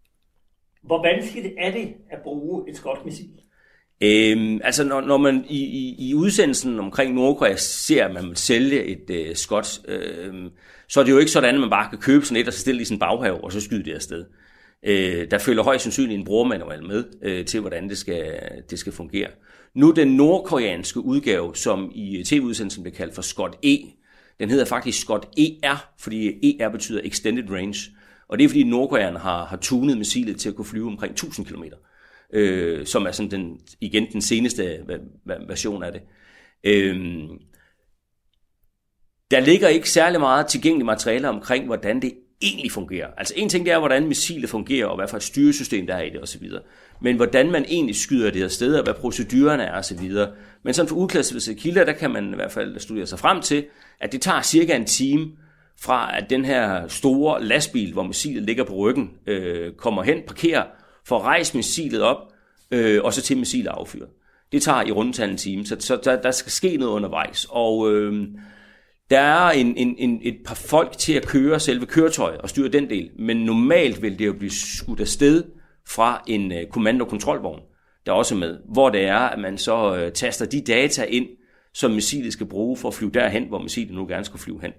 Hvor vanskeligt er det at bruge et Scud-missil? Øhm, altså når, når man i, i, i udsendelsen omkring Nordkorea ser, at man vil sælge et øh, Scud, øh, så er det jo ikke sådan, at man bare kan købe sådan et og så stille i sin baghave og så skyde det afsted. Øh, der følger højst sandsynligt en brugermanual med øh, til, hvordan det skal, det skal fungere. Nu den nordkoreanske udgave, som i tv-udsendelsen bliver kaldt for Scud E, den hedder faktisk Scud E R, fordi E R betyder Extended Range. Og det er fordi nordkoreanerne har, har tunet missilet til at kunne flyve omkring tusind kilometer. Øh, som er sådan den, igen den seneste version af det. Øh, der ligger ikke særlig meget tilgængeligt materiale omkring, hvordan det egentlig fungerer. Altså en ting det er, hvordan missilet fungerer, og hvad for et styresystem der er i det osv. Men hvordan man egentlig skyder det afsted, og hvad procedurerne er osv. Men sådan for udklassificerede kilder, der kan man i hvert fald studere sig frem til, at det tager cirka en time fra, at den her store lastbil, hvor missilet ligger på ryggen, øh, kommer hen, parkerer, får rejst missilet op, øh, og så til missilet affyret. Det tager i rundt en time, så, så der, der skal ske noget undervejs. Og øh, der er en, en, en, et par folk til at køre selve køretøjet og styre den del, men normalt vil det jo blive skudt afsted fra en uh, kommando- og kontrolvogn, der er også med, hvor det er, at man så uh, taster de data ind, som missilet skal bruge for at flyve derhen, hvor missilet nu gerne skulle flyve hen.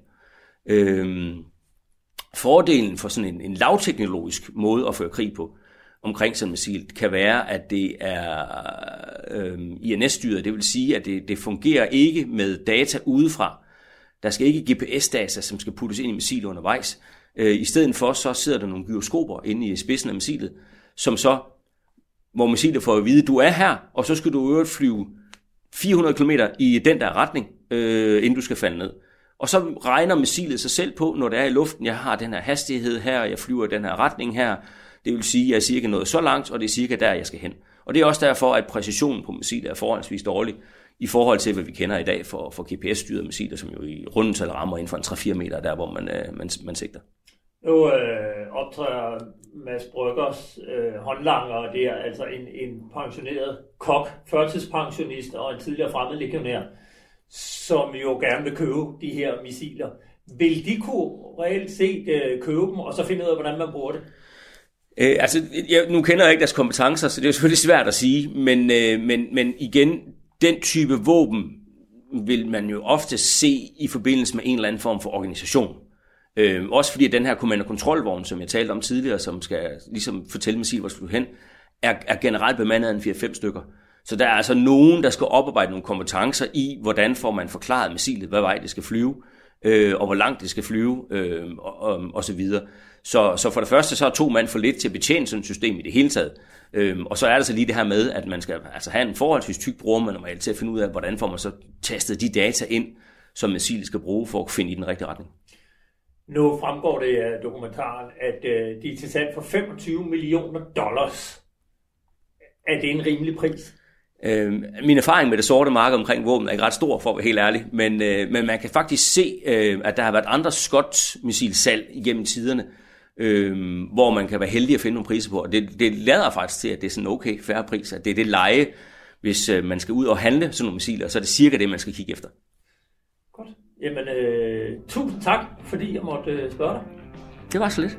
Øhm, fordelen for sådan en, en lavteknologisk måde at føre krig på, omkring sådan en missil, kan være, at det er øhm, I N S-styret, det vil sige, at det, det fungerer ikke med data udefra. Der skal ikke G P S-data, som skal puttes ind i missilet undervejs. Øh, I stedet for, så sidder der nogle gyroskoper inde i spidsen af missilet, som så, hvor missilet får at vide, du er her, og så skal du øvrigt flyve fire hundrede kilometer i den der retning, øh, inden du skal falde ned. Og så regner missilet sig selv på, når det er i luften, jeg har den her hastighed her, jeg flyver i den her retning her, det vil sige, at jeg er cirka nået så langt, og det er cirka der, jeg skal hen. Og det er også derfor, at præcisionen på missilet er forholdsvis dårlig, i forhold til, hvad vi kender i dag for, for G P S-styrede missiler, som jo i rundetal rammer inden for en tre til fire meter, der hvor man, øh, man, man sigter. Nu øh, optræder Mads Bryggers øh, håndlanger, det er altså en, en pensioneret kok, førtidspensionist og en tidligere fremmedlegionær, som jo gerne vil købe de her missiler. Vil de kunne reelt set øh, købe dem, og så finde ud af, hvordan man bruger det? Øh, altså, jeg, nu kender jeg ikke deres kompetencer, så det er jo selvfølgelig svært at sige, men, øh, men, men igen, den type våben vil man jo ofte se i forbindelse med en eller anden form for organisation. Øh, også fordi den her kommando- og kontrolvogn, som jeg talte om tidligere, som skal ligesom fortælle missilet, hvor skal du hen, er, er generelt bemandet af en fire fem stykker. Så der er altså nogen, der skal oparbejde nogle kompetencer i, hvordan får man forklaret missilet, hvad vej det skal flyve, øh, og hvor langt det skal flyve, øh, og, og, og så videre. Så, så for det første, så er to mand for lidt til at betjene sådan et system i det hele taget. Øhm, og så er der så lige det her med, at man skal altså have en forholdsvis tyk brugermanual til at finde ud af, hvordan får man så tastet de data ind, som missilet skal bruge for at finde i den rigtige retning. Nu fremgår det af dokumentaren, at øh, de er til salg for femogtyve millioner dollars. Er det en rimelig pris? Øh, min erfaring med det sorte marked omkring våben er ikke ret stor, for at være helt ærlig, men, øh, men man kan faktisk se, øh, at der har været andre Scott-missilsalg igennem tiderne, øh, hvor man kan være heldig at finde nogle priser på, og det, det lader faktisk til, at det er sådan okay, færre pris, at det er det leje, hvis øh, man skal ud og handle sådan nogle missiler, så er det cirka det, man skal kigge efter. Godt. Jamen, øh, tusind tak, fordi jeg måtte øh, spørge dig. Det var så lidt.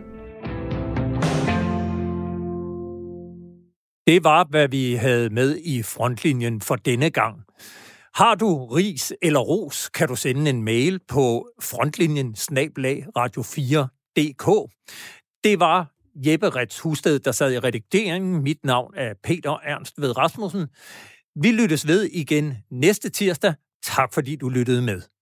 Det var, hvad vi havde med i frontlinjen for denne gang. Har du ris eller ros, kan du sende en mail på frontlinjen snabel-a radio fire punktum d k. Det var Jeppe Retz Husted, der sad i redigeringen. Mit navn er Peter Ernst Ved Rasmussen. Vi lyttes ved igen næste tirsdag. Tak fordi du lyttede med.